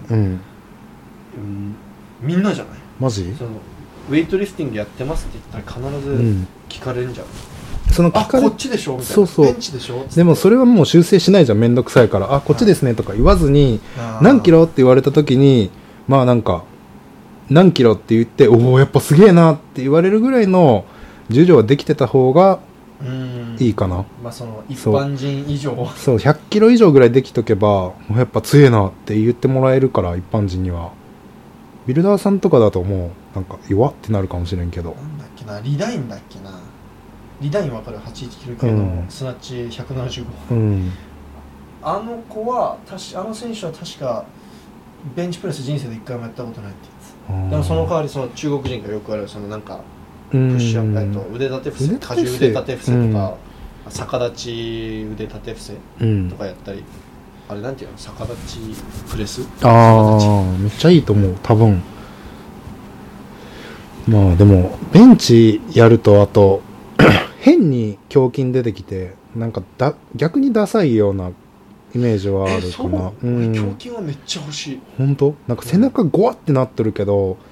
みんなじゃない？ マジ？ そのウェイトリフティングやってますって言ったら必ず聞かれるんじゃん。こっちでしょみたいな。ベンチでしょ？ でもそれはもう修正しないじゃん、めんどくさいから。こっちですねとか言わずに、何キロって言われた時にまあなんか何キロって言って、おおやっぱすげえなって言われるぐらいの重量はできてた方がいいかな。 まあその一般人以上そう100キロ以上ぐらいできとけばもうやっぱ強えなって言ってもらえるから、一般人には。ビルダーさんとかだともうなんか弱ってなるかもしれんけど。 なんだっけな、リダインだっけな。リダイン分かる？81キロ級のスナッチ175、あの子はあの選手は確かベンチプレス人生で1回もやったことないって言ってた。でもその代わりその中国人がよくあるそのなんかプッシュアップ、腕立て伏せ、荷重腕立て伏せとか、逆立ち腕立て伏せとかやったり、あれなんていうの、逆立ちプレス。めっちゃいいと思う多分。まあでもベンチやるとあと変に胸筋出てきてなんか逆にダサいようなイメージはあるかな。 胸筋はめっちゃ欲しい。 本当？なんか背中ゴワってなってるけど、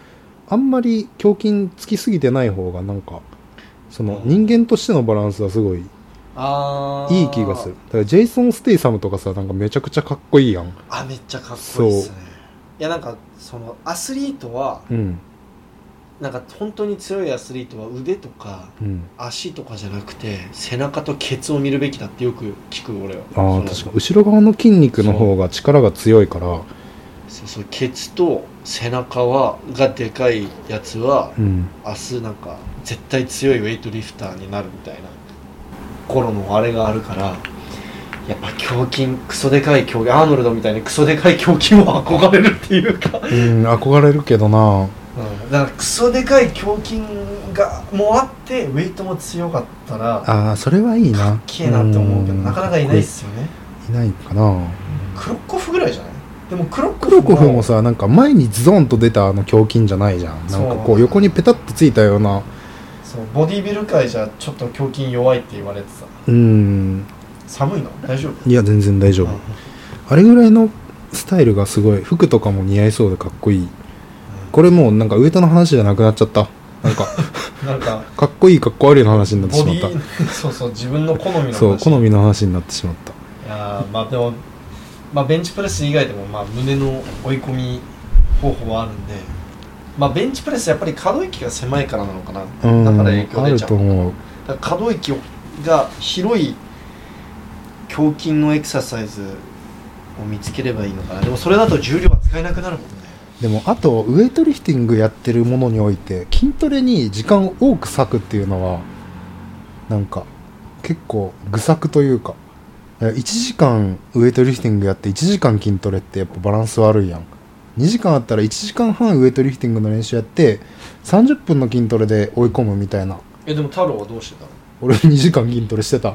あんまり胸筋つきすぎてない方がなんかその人間としてのバランスはすごいいい気がする。だからジェイソン・ステイサムとかさ、なんかめちゃくちゃかっこいいやん。 めっちゃかっこいいっすね。いやなんかそのアスリートは、なんか本当に強いアスリートは腕とか、足とかじゃなくて背中とケツを見るべきだってよく聞く俺は。 確か後ろ側の筋肉の方が力が強いから、 そうケツと背中がでかいやつは、明日なんか絶対強いウェイトリフターになるみたいな頃のあれがあるから、やっぱ胸筋クソでかい胸筋、アーノルドみたいにクソでかい胸筋も憧れるっていうか憧れるけどな、 だからクソでかい胸筋がもあってウェイトも強かったらそれはいいな、 かっけえなって思うけど、なかなかいないっすよね。 いないかな。 クロッコフぐらいじゃない？でもクロッコフもさ、なんか前にズドンと出た胸筋じゃないじゃん。なんかこう横にペタッとついたような。 そうボディビル界じゃちょっと胸筋弱いって言われてさ。寒いの？大丈夫？ いや全然大丈夫。あれぐらいのスタイルがすごい、服とかも似合いそうでかっこいい。これもうなんかウエイトの話じゃなくなっちゃった。なんかかっこいいかっこ悪いの話になってしまった。 そう自分の好みの話。 そう好みの話になってしまった。 いやでもベンチプレス以外でも胸の追い込み方法はあるんで、ベンチプレスやっぱり可動域が狭いからなのかな。だから影響出ちゃう。あると思う。だから可動域が広い胸筋のエクササイズを見つければいいのかな。でもそれだと重量は使えなくなるもんね。 でもあとウエイトリフティングやってるものにおいて筋トレに時間を多く割くっていうのはなんか結構愚策というか、1時間ウエイトリフティングやって1時間筋トレってやっぱバランス悪いやん。2時間あったら1時間半ウエイトリフティングの練習やって30分の筋トレで追い込むみたいな。 でも太郎はどうしてたの？ 俺2時間筋トレしてた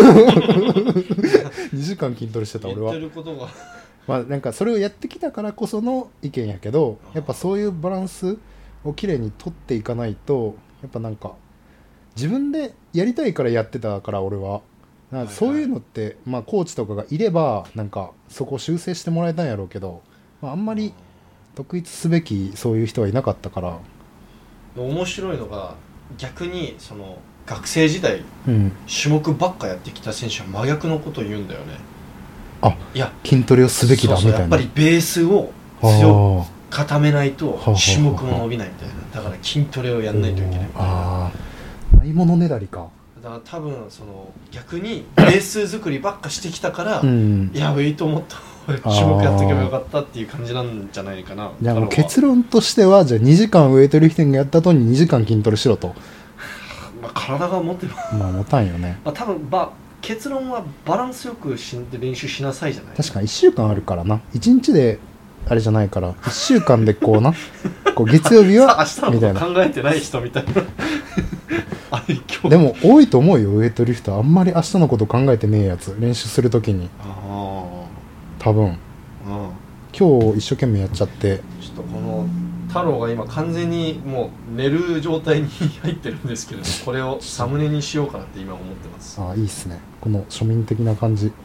2時間筋トレしてた俺は。 言ってることがなんかそれをやってきたからこその意見やけど、やっぱそういうバランスをきれいに取っていかないと、やっぱなんか自分でやりたいからやってたから俺はなんかそういうのって、コーチとかがいればなんかそこを修正してもらえたんやろうけど、あんまり特筆すべきそういう人はいなかったから。 面白いのが逆にその学生時代、種目ばっかやってきた選手は真逆のことを言うんだよね。いや筋トレをすべきだみたいな。 やっぱりベースを強く固めないと種目も伸びないみたいな。だから筋トレをやんないといけないみたいな。 ないものねだりか。 だから多分その逆にベース作りばっかしてきたから、いやウェイトもっと種目やっとけばよかったっていう感じなんじゃないかな。 じゃあもう結論としては、じゃあ2時間ウエイトリフティングやった後に2時間筋トレしろと。 体が持って持たんよね。 多分結論はバランスよく練習しなさいじゃない。 確かに1週間あるからな。1日であれじゃないから1週間でこうなこう月曜日は明日のこと考えてない人みたいなでも多いと思うよウエイトリフター。あんまり明日のこと考えてねえやつ練習するときに。多分今日一生懸命やっちゃって。 ちょっとこの太郎が今完全にもう寝る状態に入ってるんですけど、これをサムネにしようかなって今思ってます。 いいっすね、この庶民的な感じ。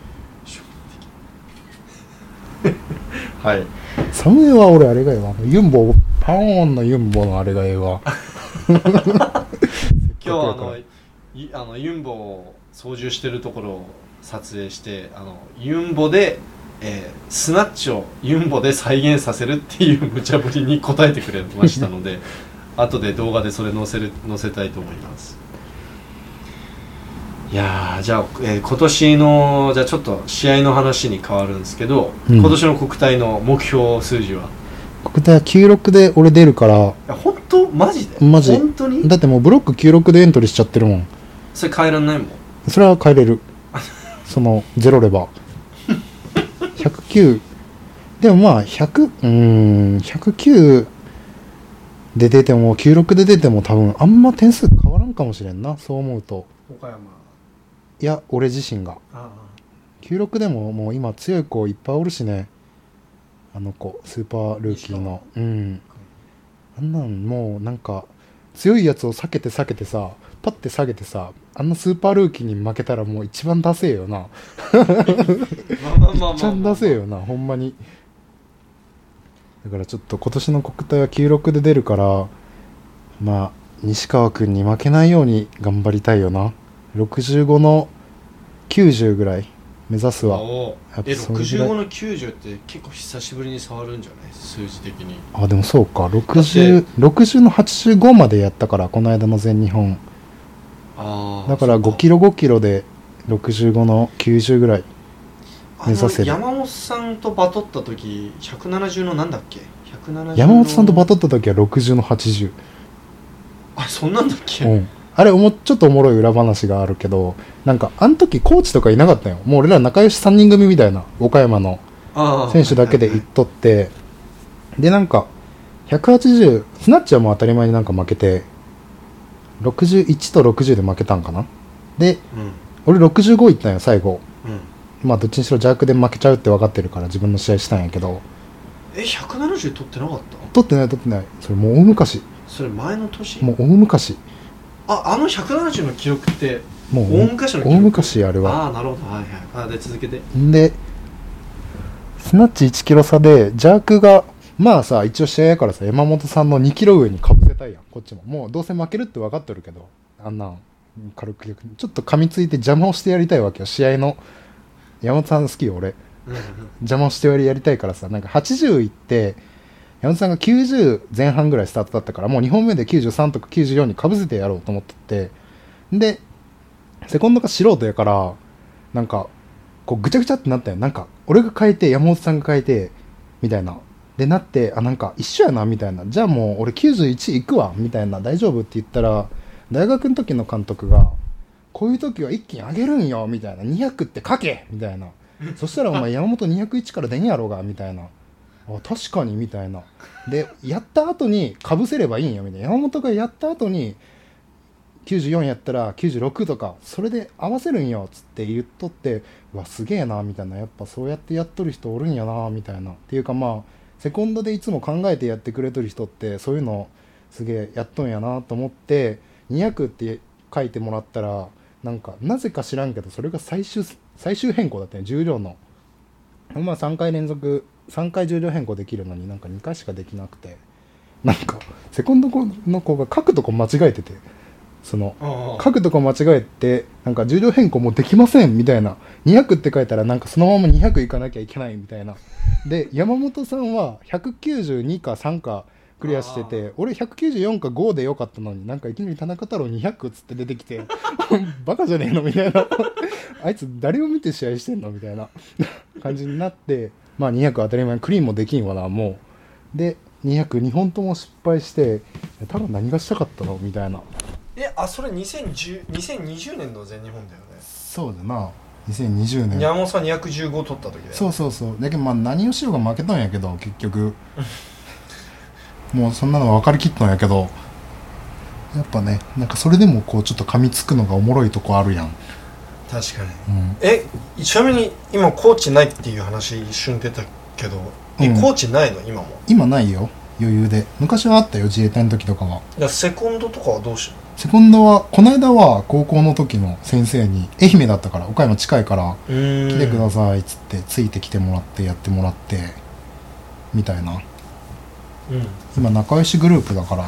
はい。 サムネは俺あれがいいわ、ユンボパーンのユンボのあれがいいわ今日ユンボを操縦してるところを撮影して、ユンボでスナッチをユンボで再現させるっていう無茶ぶりに答えてくれましたので後で動画でそれ載せたいと思います。いやじゃあ、今年のじゃあちょっと試合の話に変わるんですけど、今年の国体の目標数字は？ 国体は96で俺出るから。 本当？マジで？ マジ。 本当に？ だってもうブロック96でエントリーしちゃってるもん。 それ変えらんないもん。 それは変えれるそのゼロレバー109でも109で出ても96で出ても多分あんま点数変わらんかもしれんな。そう思うと。 岡山。 いや俺自身が96でももう今強い子いっぱいおるしね。あの子スーパールーキーのあんなんもうなんか強いやつを避けてさパッて下げてさ、あんなスーパールーキーに負けたらもう一番ダセえよな一番ダセえよなほんまに。 だからちょっと今年の国体は96で出るから、まあ西川くんに負けないように頑張りたいよな。65の90ぐらい目指すわ。 65の90って結構久しぶりに触るんじゃない、数字的に。 あ、でもそうか、60の85までやったから、この間の全日本。だから5キロ5キロで65の90ぐらい目指せる。 山本さんとバトった時170のなんだっけ、 山本さんとバトった時は60の80。 あ、そんなんだっけ。 うん、あれちょっとおもろい裏話があるけど、なんかあの時コーチとかいなかったよ。もう俺ら仲良し3人組みたいな、岡山の選手だけで行っとって、でなんか180スナッチはもう当たり前になんか負けて、61と60で負けたんかな。で、俺65行ったんよ最後。まあどっちにしろ邪悪で負けちゃうって分かってるから自分の試合したんやけど。 170取ってなかった？ 取ってない。それもう大昔。 それ前の年？ もう大昔。 あの170の記録ってもう大昔の記録？ 大昔あれは。 ああ、なるほど。はいはい。で続けて。 でスナッチ1キロ差で邪悪がまあさ、一応試合やからさ、山本さんの2キロ上にかぶせたいやん、こっちも。もうどうせ負けるって分かってるけど、あんなん軽くちょっと噛みついて邪魔をしてやりたいわけよ、試合の。山本さん好きよ俺。邪魔をしてやりたいからさ、なんか80いって山本さんが90前半ぐらいスタートだったから、もう2本目で93とか94にかぶせてやろうと思ってて、でセコンドが素人やからなんかこうぐちゃぐちゃってなったよ。なんか俺が変えて山本さんが変えてみたいなでなって、あ、なんか一緒やなみたいな、じゃあもう俺91行くわみたいな、大丈夫って言ったら、大学の時の監督がこういう時は一気に上げるんよみたいな、200って書けみたいな、そしたらお前山本201から出んやろうがみたいな、あ確かにみたいな、でやった後にかぶせればいいんよみたいな、山本がやった後に94やったら96とかそれで合わせるんよっつって言っとって、うわすげえなみたいな、やっぱそうやってやっとる人おるんやなみたいな、っていうかまあセコンドでいつも考えてやってくれてる人ってそういうのすげえやっとんやなと思って、200って書いてもらったら、なんかなぜか知らんけどそれが最終変更だったね、重量の。まあ3回重量変更できるのになんか2回しかできなくて、なんかセコンドの子が書くとこ間違えてて、その書くとこ間違えて、なんか重量変更もできませんみたいな、200って書いたらなんかそのまま200いかなきゃいけないみたいな。で山本さんは192か3かクリアしてて、俺194か5でよかったのに、なんかいきなり田中太郎200っつって出てきてバカじゃねえのみたいなあいつ誰を見て試合してんのみたいな感じになって、まあ200当たり前、クリーンもできんわなもう。で200本とも失敗して、多分何がしたかったのみたいな。 それ2020年の全日本だよね。 そうだな、2020年。 山本さん215取った時だよね。 そうだけどまあ何をしようが負けたんやけど結局もうそんなの分かりきったんやけど、やっぱね、なんかそれでもこうちょっと噛みつくのがおもろいとこあるやん。 確かに、ちなみに今コーチないっていう話一瞬出たけど、コーチないの今も？今ないよ、余裕で。昔はあったよ、自衛隊の時とかは。 じゃあセコンドとかはどうしよう？ セコンドはこの間は高校の時の先生に、愛媛だったから岡山近いから来てくださいっつってついてきてもらってやってもらってみたいな、今仲良しグループだから、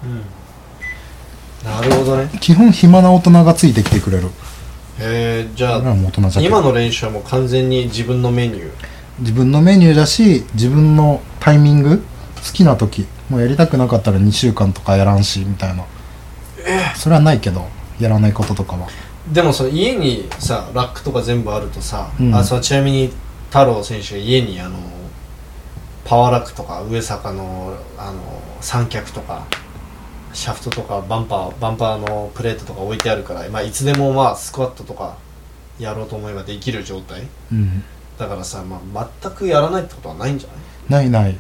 なるほどね。 基本暇な大人がついてきてくれる。 じゃあ今の練習はもう完全に自分のメニューだし、自分のタイミング、好きな時、もうやりたくなかったら2週間とかやらんしみたいな。それはないけど、やらないこととかは。 でもその家にさラックとか全部あるとさ、ちなみに太郎選手が家にパワーラックとか上坂の三脚とかシャフトとかバンパーのプレートとか置いてあるから、いつでもスクワットとかやろうと思えばできる状態、だからさ、全くやらないってことはないんじゃない？ ない。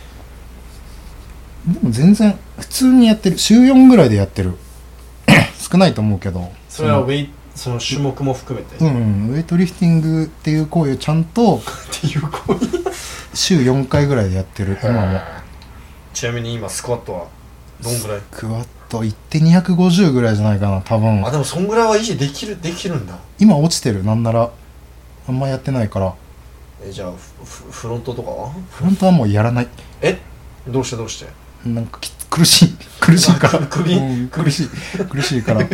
でも全然普通にやってる。週4ぐらいでやってる少ないと思うけど、 それはその種目も含めて、 ウエイトリフティングっていう行為をちゃんとっていう行為週4回ぐらいでやってる今も。 ちなみに今スクワットはどんぐらい？ スクワット行って250ぐらいじゃないかな多分。 でもそんぐらいは維持できるんだ。 今落ちてる。なんならあんまやってないから。 じゃあフロントとかは？ フロントはもうやらない。 どうしてなんか苦しいから苦しいから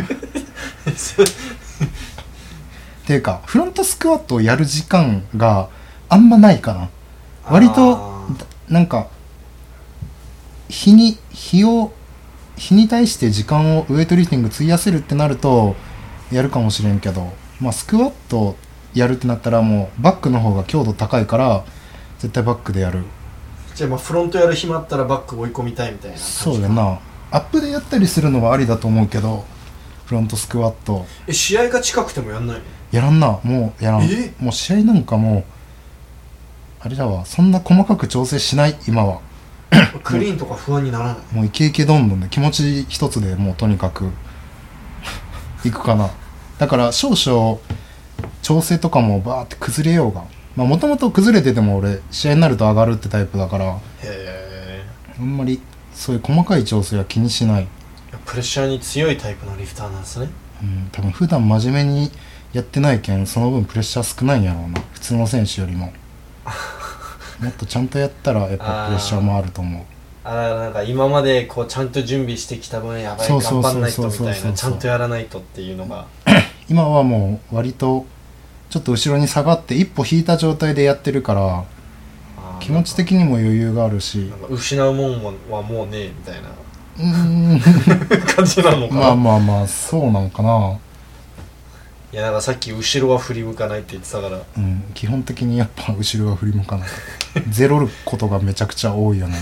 っていうかフロントスクワットをやる時間があんまないかな。割となんか日に対して時間をウエイトリフティング費やせるってなるとやるかもしれんけど、まあスクワットやるってなったらもうバックの方が強度高いから絶対バックでやる。 じゃあまあフロントやる暇あったらバック追い込みたいみたいな感じか。 そうだな。アップでやったりするのはありだと思うけど、フロントスクワット試合が近くてもやんないの？ やらんな。もうやらん。もう試合なんかもうあれだわ、そんな細かく調整しない今は。 クリーンとか不安にならない？ もうイケイケどんどんで気持ち一つでもうとにかくいくかな。だから少々調整とかもバーって崩れようが、まあもともと崩れてても俺試合になると上がるってタイプだから、あんまりそういう細かい調整は気にしない。 プレッシャーに強いタイプのリフターなんですね。 多分普段真面目にやってないけんその分プレッシャー少ないんやろうな、普通の選手よりももっとちゃんとやったらやっぱプレッシャーもあると思う。 なんか今までこうちゃんと準備してきた分やばい頑張んないとみたいな、ちゃんとやらないとっていうのが今はもう割とちょっと後ろに下がって一歩引いた状態でやってるから気持ち的にも余裕があるし、 なんか失うもんはもうねえみたいな感じなのかな。 まあそうなんかな。 いやなんかさっき後ろは振り向かないって言ってたから、 基本的にやっぱ後ろは振り向かないゼロることがめちゃくちゃ多いよね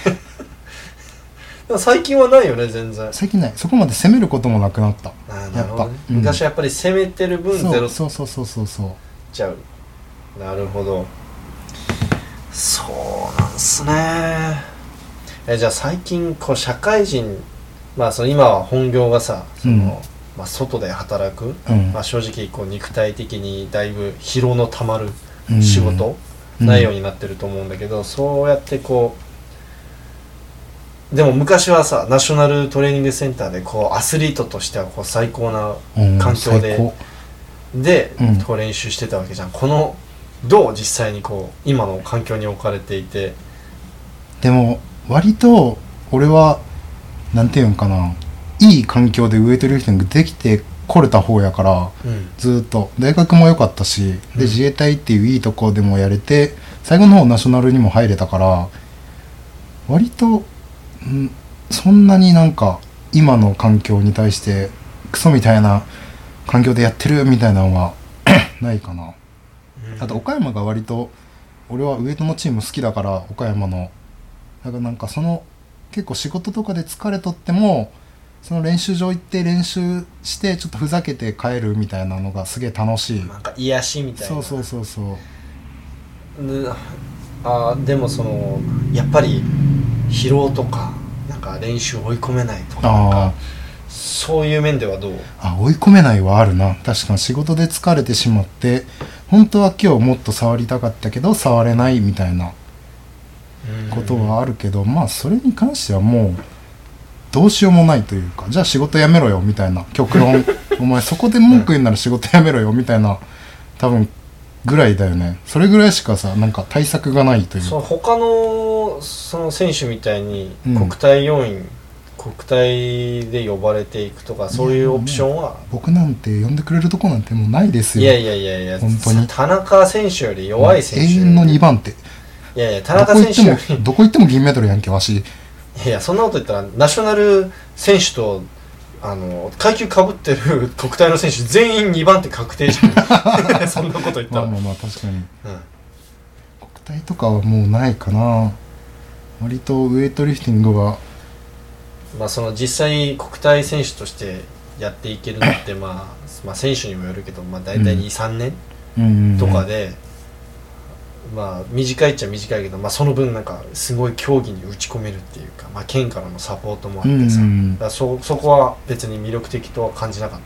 最近はないよね。全然最近ない。そこまで攻めることもなくなった。やっぱ、 昔はやっぱり攻めてる分ゼロそうちゃう。なるほど、そうなんすね。じゃあ最近こう社会人、まあその今は本業がさまあ、外で働く、まあ、正直こう肉体的にだいぶ疲労のたまる仕事、内容になってると思うんだけど、そうやってこうでも昔はさナショナルトレーニングセンターでこうアスリートとしてはこう最高な環境で練習してたわけじゃん。どう実際にこう今の環境に置かれていて。 でも割と俺はなんていうんかな、いい環境でウエイトリフティングできてこれた方やから、ずっと大学も良かったし、で自衛隊っていういいとこでもやれて最後の方ナショナルにも入れたから割とそんなになんか今の環境に対してクソみたいな環境でやってるみたいなのはないかな。あと岡山が割と俺はウエイトのチーム好きだから岡山のだからなんか結構仕事とかで疲れとってもその練習場行って練習してちょっとふざけて帰るみたいなのがすげえ楽しい。 なんか癒しみたいな。 そうでもやっぱり疲労とかなんか練習追い込めないとか、なんかそういう面ではどう？ 追い込めないはあるな。確かに仕事で疲れてしまって本当は今日もっと触りたかったけど触れないみたいなことはあるけど、まあそれに関してはもうどうしようもないというか、じゃあ仕事辞めろよみたいな極論お前そこで文句言うなら仕事辞めろよみたいな多分ぐらいだよね。それぐらいしかさなんか対策がないというか。 他のその選手みたいに国体要員、国体で呼ばれていくとかそういうオプションは僕なんて呼んでくれるとこなんてもうないですよ。 いや本当に田中選手より弱い選手、 永遠の2番手。 いや田中選手よりどこ行っても銀メダルやんけわし。 いやそんなこと言ったらナショナル選手と階級かぶってる国体の選手全員2番手確定じゃんそんなこと言ったらまあ確かに、国体とかはもうないかな。割とウエイトリフティングはまあその実際国体選手としてやっていけるのってまあ選手にもよるけど、まあ、大体 2,3 年とかで、まあ短いっちゃ短いけど、まあ、その分なんかすごい競技に打ち込めるっていうか、まあ、県からのサポートもあってさ、だからそこは別に魅力的とは感じなかった。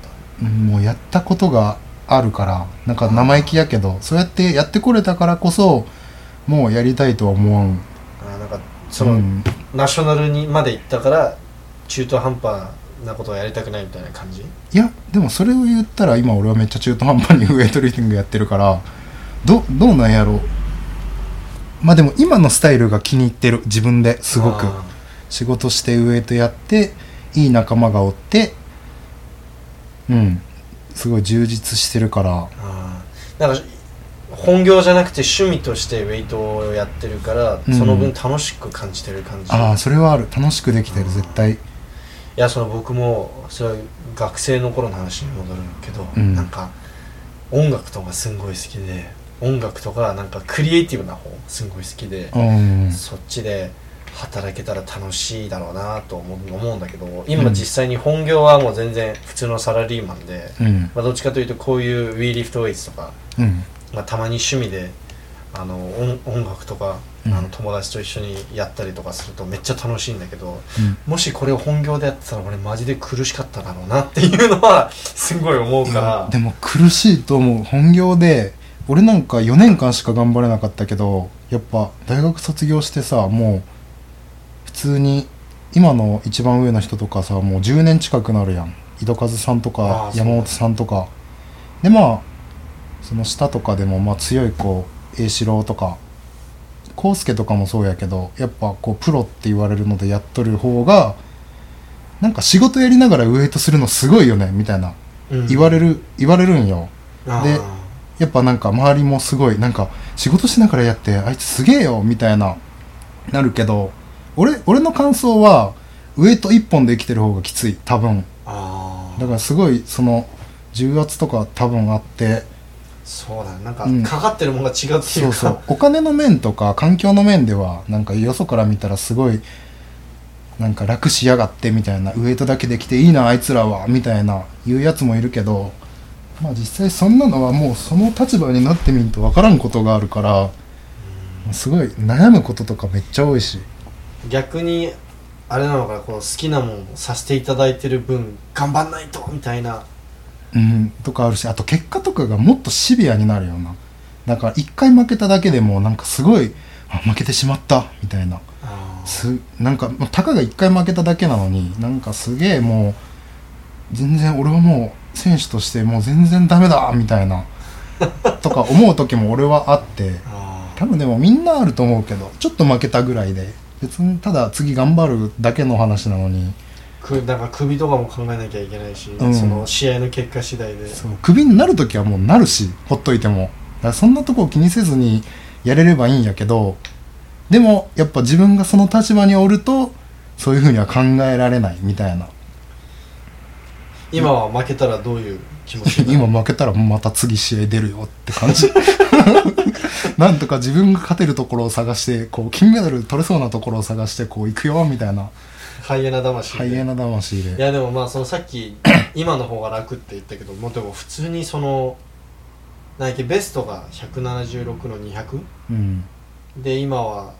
もうやったことがあるからなんか生意気やけどそうやってやってこれたからこそもうやりたいとは思わん。 なんかナショナルにまで行ったから中途半端なことをやりたくないみたいな感じ？ いやでもそれを言ったら今俺はめっちゃ中途半端にウエイトリフティングやってるからどうなんやろ。 まあでも今のスタイルが気に入ってる、自分ですごく。仕事してウエイトやっていい仲間がおって、すごい充実してるから。 なんか本業じゃなくて趣味としてウェイトをやってるから、その分楽しく感じてる感じ。 それはある。楽しくできてる、絶対。いや、僕もそれは学生の頃の話に戻るけど、なんか音楽とかすんごい好きで、音楽とかなんかクリエイティブな方すんごい好きで、そっちで働けたら楽しいだろうなと思うんだけど、今実際に本業はもう全然普通のサラリーマンで、どっちかというとこういう We Lift Weights とか、たまに趣味で音楽とか友達と一緒にやったりとかするとめっちゃ楽しいんだけど、もしこれを本業でやってたら俺マジで苦しかっただろうなっていうのはすごい思うから。 でも苦しいと思う。本業で俺なんか4年間しか頑張れなかったけど、やっぱ大学卒業してさ、もう普通に今の一番上の人とかさ、もう10年近くなるやん。井戸和さんとか山本さんとかで、その下とかでも強い子、栄四郎とか康介とかもそうやけど、やっぱこうプロって言われるのでやっとる方がなんか仕事やりながらウエイトするのすごいよねみたいな、言われるんよ。でやっぱなんか周りもすごいなんか仕事しながらやってあいつすげえよみたいななるけど、俺の感想はウエイト1本で生きてる方がきつい、多分。だからすごいその重圧とか多分あって、 そうだね、なんかかかってるものが違うっていうか、 そうお金の面とか環境の面ではなんかよそから見たらすごいなんか楽しやがってみたいな、ウエイトだけできていいなあいつらはみたいな言うやつもいるけど、実際そんなのはもうその立場になってみると分からんことがあるから、すごい悩むこととかめっちゃ多いし。 逆にあれなのかな、この好きなもんさせていただいてる分頑張んないとみたいなとかあるし、あと結果とかがもっとシビアになるような。だから一回負けただけでもなんかすごい負けてしまったみたいな、なんかたかが一回負けただけなのになんかすげえもう全然俺はもう選手としてもう全然ダメだみたいなとか思う時も俺はあって、多分でもみんなあると思うけど、ちょっと負けたぐらいで別にただ次頑張るだけの話なのに。 だから首とかも考えなきゃいけないし、その試合の結果次第で。 そう首になるときはもうなるし、ほっといても。だからそんなとこを気にせずにやれればいいんやけど、でもやっぱ自分がその立場におるとそういうふうには考えられないみたいな。 今は負けたらどういう気持ち？ 今負けたらまた次試合出るよって感じ。なんとか自分が勝てるところを探して、こう金メダル取れそうなところを探してこう行くよみたいな。 ハイエナ魂で。いやでもそのさっき今の方が楽って言ったけど、もうでも普通にそのベストが176の200、で今は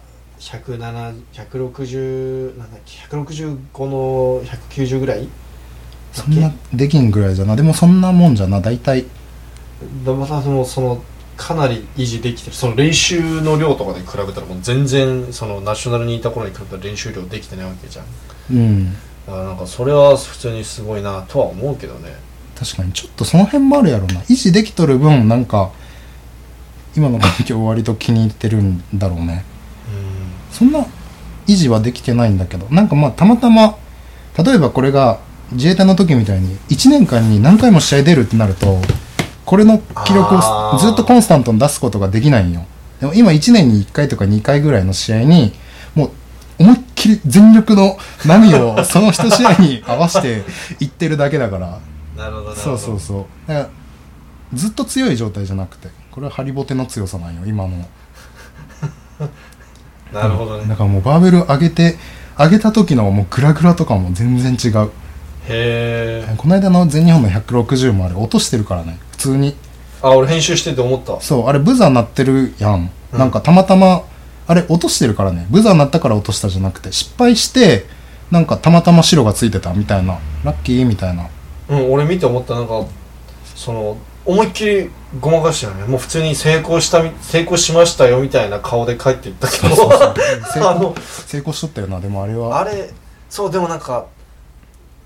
165の190ぐらい。 そんなできんぐらいじゃな。でもそんなもんじゃな、大体。 またそのかなり維持できてる。その練習の量とかで比べたらもう全然そのナショナルにいた頃に比べたら練習量できてないわけじゃん。だからなんかそれは普通にすごいなとは思うけどね。 確かにちょっとその辺もあるやろな。維持できとる分なんか今の環境を割と気に入ってるんだろうね。そんな維持はできてないんだけど、なんかたまたま例えばこれが自衛隊の時みたいに1年間に何回も試合出るってなると、これの記録をずっとコンスタントに出すことができないんよ。でも今1年に1回とか2回ぐらいの試合にもう思いっきり全力の波をその一試合に合わせていってるだけだから。 なるほど。 そうだからずっと強い状態じゃなくて、これはハリボテの強さなんよ今の。 なるほどね。 だからもうバーベル上げた時のもうグラグラとかも全然違う。 へえ。 この間の全日本の160もあれ落としてるからね、普通に。 俺編集してて思った。 そう、あれブザーになってるやん、なんかたまたまあれ落としてるからね。ブザーになったから落としたじゃなくて、失敗してなんかたまたま白がついてたみたいな、ラッキーみたいな。 俺見て思った。なんかその思いっきりごまかしたよね。もう普通に成功しましたよみたいな顔で帰っていったけど。 成功しとったよな。でもあれはそうでもなんか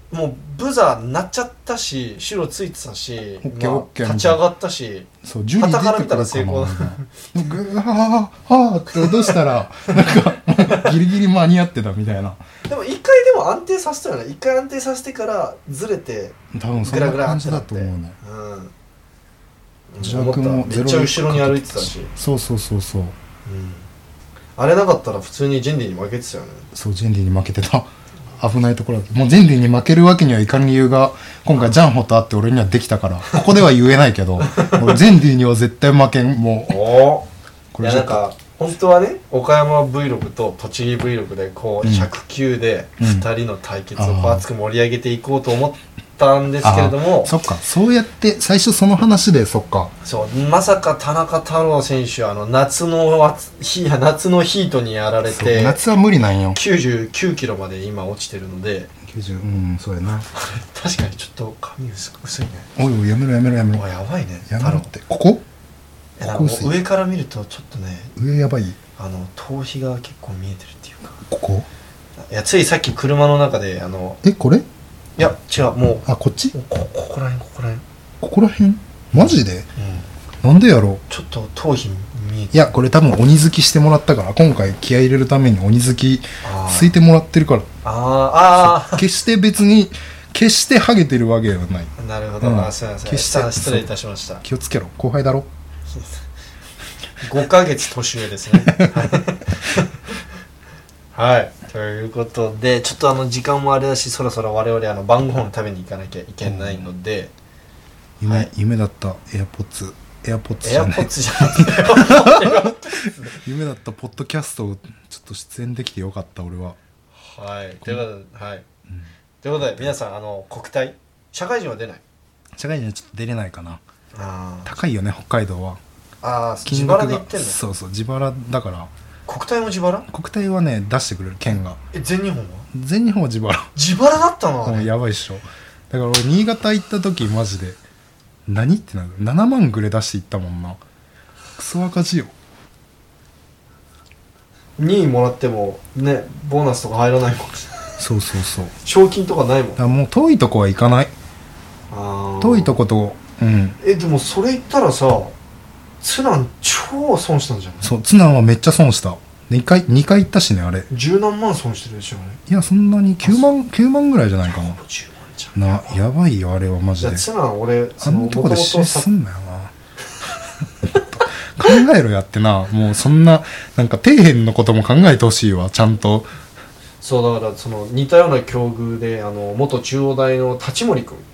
もうブザーなっちゃったし白ついてたし、 オッケーオッケー立ち上がったし、 そうジュリー出てから見たら成功だ。 グハーって落としたらなんかギリギリ間に合ってたみたいな。 でも一回でも安定させたよね。一回安定させてからずれて多分そんな感じだと思うね。 ジャックもめっちゃ後ろに歩いてたし。 そうそうそうそう、 あれなかったら普通にジェンディに負けてたよね。 そうジェンディに負けてた。危ないところだ。もうジェンディに負けるわけにはいかん理由が今回ジャンホと会って俺にはできたからここでは言えないけど俺ジェンディには絶対負けん。もうこれいやなんか本当はね岡山 Vlog と栃木 Vlog でこう109で2人の対決を熱く盛り上げていこうと思ったんですけれども、 そっかそうやって最初その話でそっかそうまさか田中太郎選手夏のヒートにやられて夏は無理なんよ。 99キロまで今落ちてるので 90そうやな確かにちょっと髪薄いね。 おいおいやめろやめろやめろ。 やばいね。 やめろって。ここ上から見るとちょっとね上やばい。 頭皮が結構見えてるっていうか。 ここいやついさっき車の中でこれいや違うもうこっちここら辺ここら辺マジで、なんでやろう。 ちょっと頭皮見えて。 いやこれ多分鬼好きしてもらったから今回気合い入れるために鬼好き好いてもらってるから。決してハゲてるわけではない。 なるほど、すいません失礼いたしました。 気をつけろ後輩だろ。 5ヶ月年上ですねはいということでちょっと時間もあれだしそろそろ我々晩ご飯食べに行かなきゃいけないので、 夢だったエアポッツじゃない夢だったポッドキャストをちょっと出演できてよかった俺は。 はいということで皆さん国体社会人は出ない。 社会人はちょっと出れないかな。高いよね北海道は。 自腹で行ってんの。 そう自腹だから。 国体も自腹。 国体はね出してくれる県が。 全日本は自腹だったの。 もうやばいっしょ。だから俺新潟行った時マジで何ってなる。7万ぐらい出していったもんな。クソ赤字よ。 2位もらってもねボーナスとか入らないもん。 そう賞金とかないもん。 だからもう遠いとこは行かない。遠いとことでもそれ言ったらさ津南超損したんじゃん。 そう津南はめっちゃ損した。2回行ったしねあれ。 10何万損してるでしょあれ。 いやそんなに9万ぐらいじゃないかな。 10万じゃんやばいよあれはマジで。 津南俺あのとこで死すんなよな考えろやってな。もうそんななんか底辺のことも考えてほしいわちゃんと。 そうだから似たような境遇で元中央大の立森君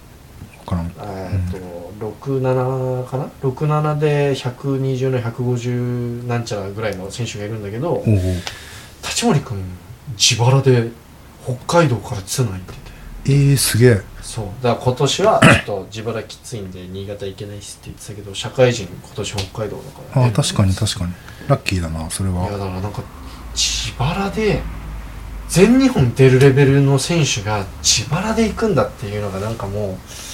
67かな67で120の150なんちゃらぐらいの選手がいるんだけど立森君自腹で北海道から津南行ってて。 すげえ。 そうだから今年はちょっと自腹きついんで新潟行けないっすって言ってたけど社会人今年北海道だから、ね、 確かにラッキーだなそれは。 いやだからなんか自腹で全日本出るレベルの選手が自腹で行くんだっていうのがなんかもう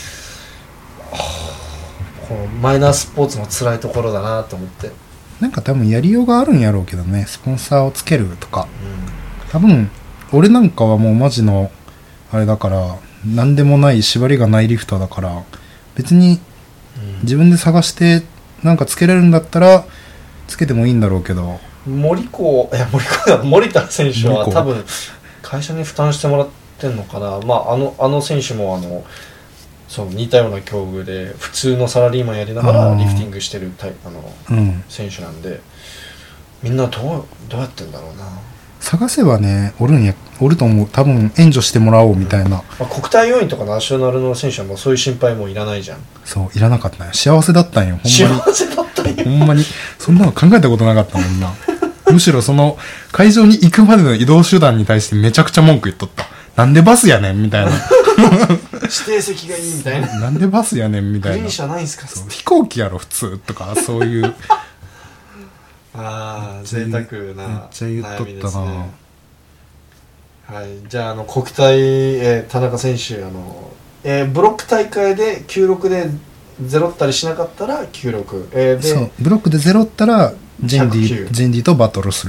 このマイナースポーツの辛いところだなと思って。 なんか多分やりようがあるんやろうけどねスポンサーをつけるとか、多分俺なんかはもうマジのあれだから何でもない縛りがないリフターだから別に自分で探してなんかつけれるんだったらつけてもいいんだろうけど。森田選手は多分会社に負担してもらってんのかな。あの選手もそう似たような境遇で普通のサラリーマンやりながらリフティングしてる選手なんでみんなどうやってんだろうな。 探せばねおると思う。多分援助してもらおうみたいな、 国体要員とかナショナルの選手はもうそういう心配もいらないじゃん。 そういらなかったよ。幸せだったんよほんまにそんなの考えたことなかったもんなむしろその会場に行くまでの移動手段に対してめちゃくちゃ文句言っとった。なんでバスやねんみたいな指定席がいいみたいななんでバスやねんみたいな。 グリーン車ないんすか。 飛行機やろ普通とかそういう贅沢なめっちゃ言っとったな。 はい、じゃあ国体、田中選手ブロック大会で96でゼロったりしなかったら96、 そうブロックでゼロったらジェンディとバトルするわ。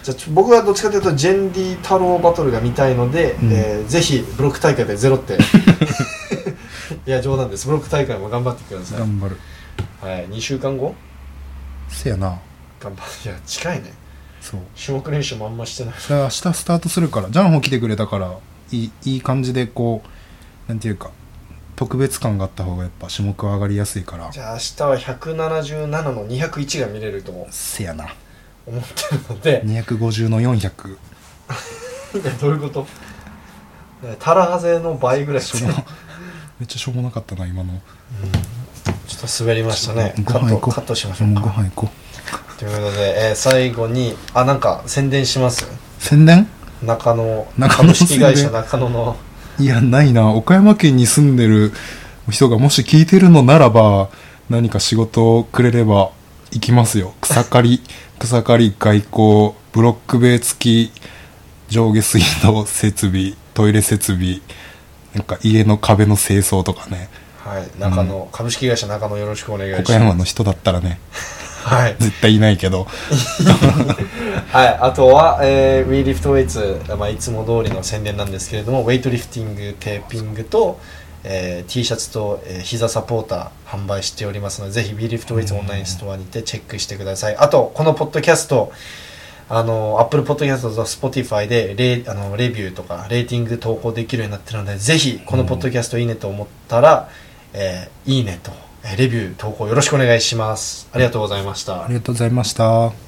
じゃあ僕はどっちかというとジェンディ太郎バトルが見たいので、ぜひブロック大会でゼロっていや冗談です。ブロック大会も頑張ってください。 頑張る。 はい、2週間後せやな。 頑張る。いや近いね。 そう種目練習もあんましてない。 じゃあ明日スタートするからジャンホ来てくれたからいい感じでこうなんていうか特別感があった方がやっぱ種目は上がりやすいから。 じゃあ明日は177の201が見れるとせやな思ってるので 250の400 いやどういうこと？タラハゼの倍ぐらいめっちゃしょうもなかったな今の、 ちょっと滑りましたね。カットしましょうか。 ご飯行こうということで、最後になんか宣伝します？ 宣伝？ 中野株式会社中野のいやないな。岡山県に住んでる人がもし聞いてるのならば何か仕事をくれれば行きますよ。草刈り外交ブロック塀付き上下水道設備トイレ設備なんか家の壁の清掃とかね。 はい、中野、株式会社中野よろしくお願いします。 岡山の人だったらねはい、 絶対いないけどはい、あとは、WeLiftWeights、いつも通りの宣伝なんですけれども、ウェイトリフティングテーピングと、T シャツと、膝サポーター販売しておりますので、ぜひ WeLiftWeights オンラインストアにてチェックしてください。あとこのポッドキャストApple Podcast と Spotify でレビューとかレーティング投稿できるようになっているので、ぜひこのポッドキャストいいねと思ったら、いいねとレビュー投稿よろしくお願いします。ありがとうございました。 ありがとうございました。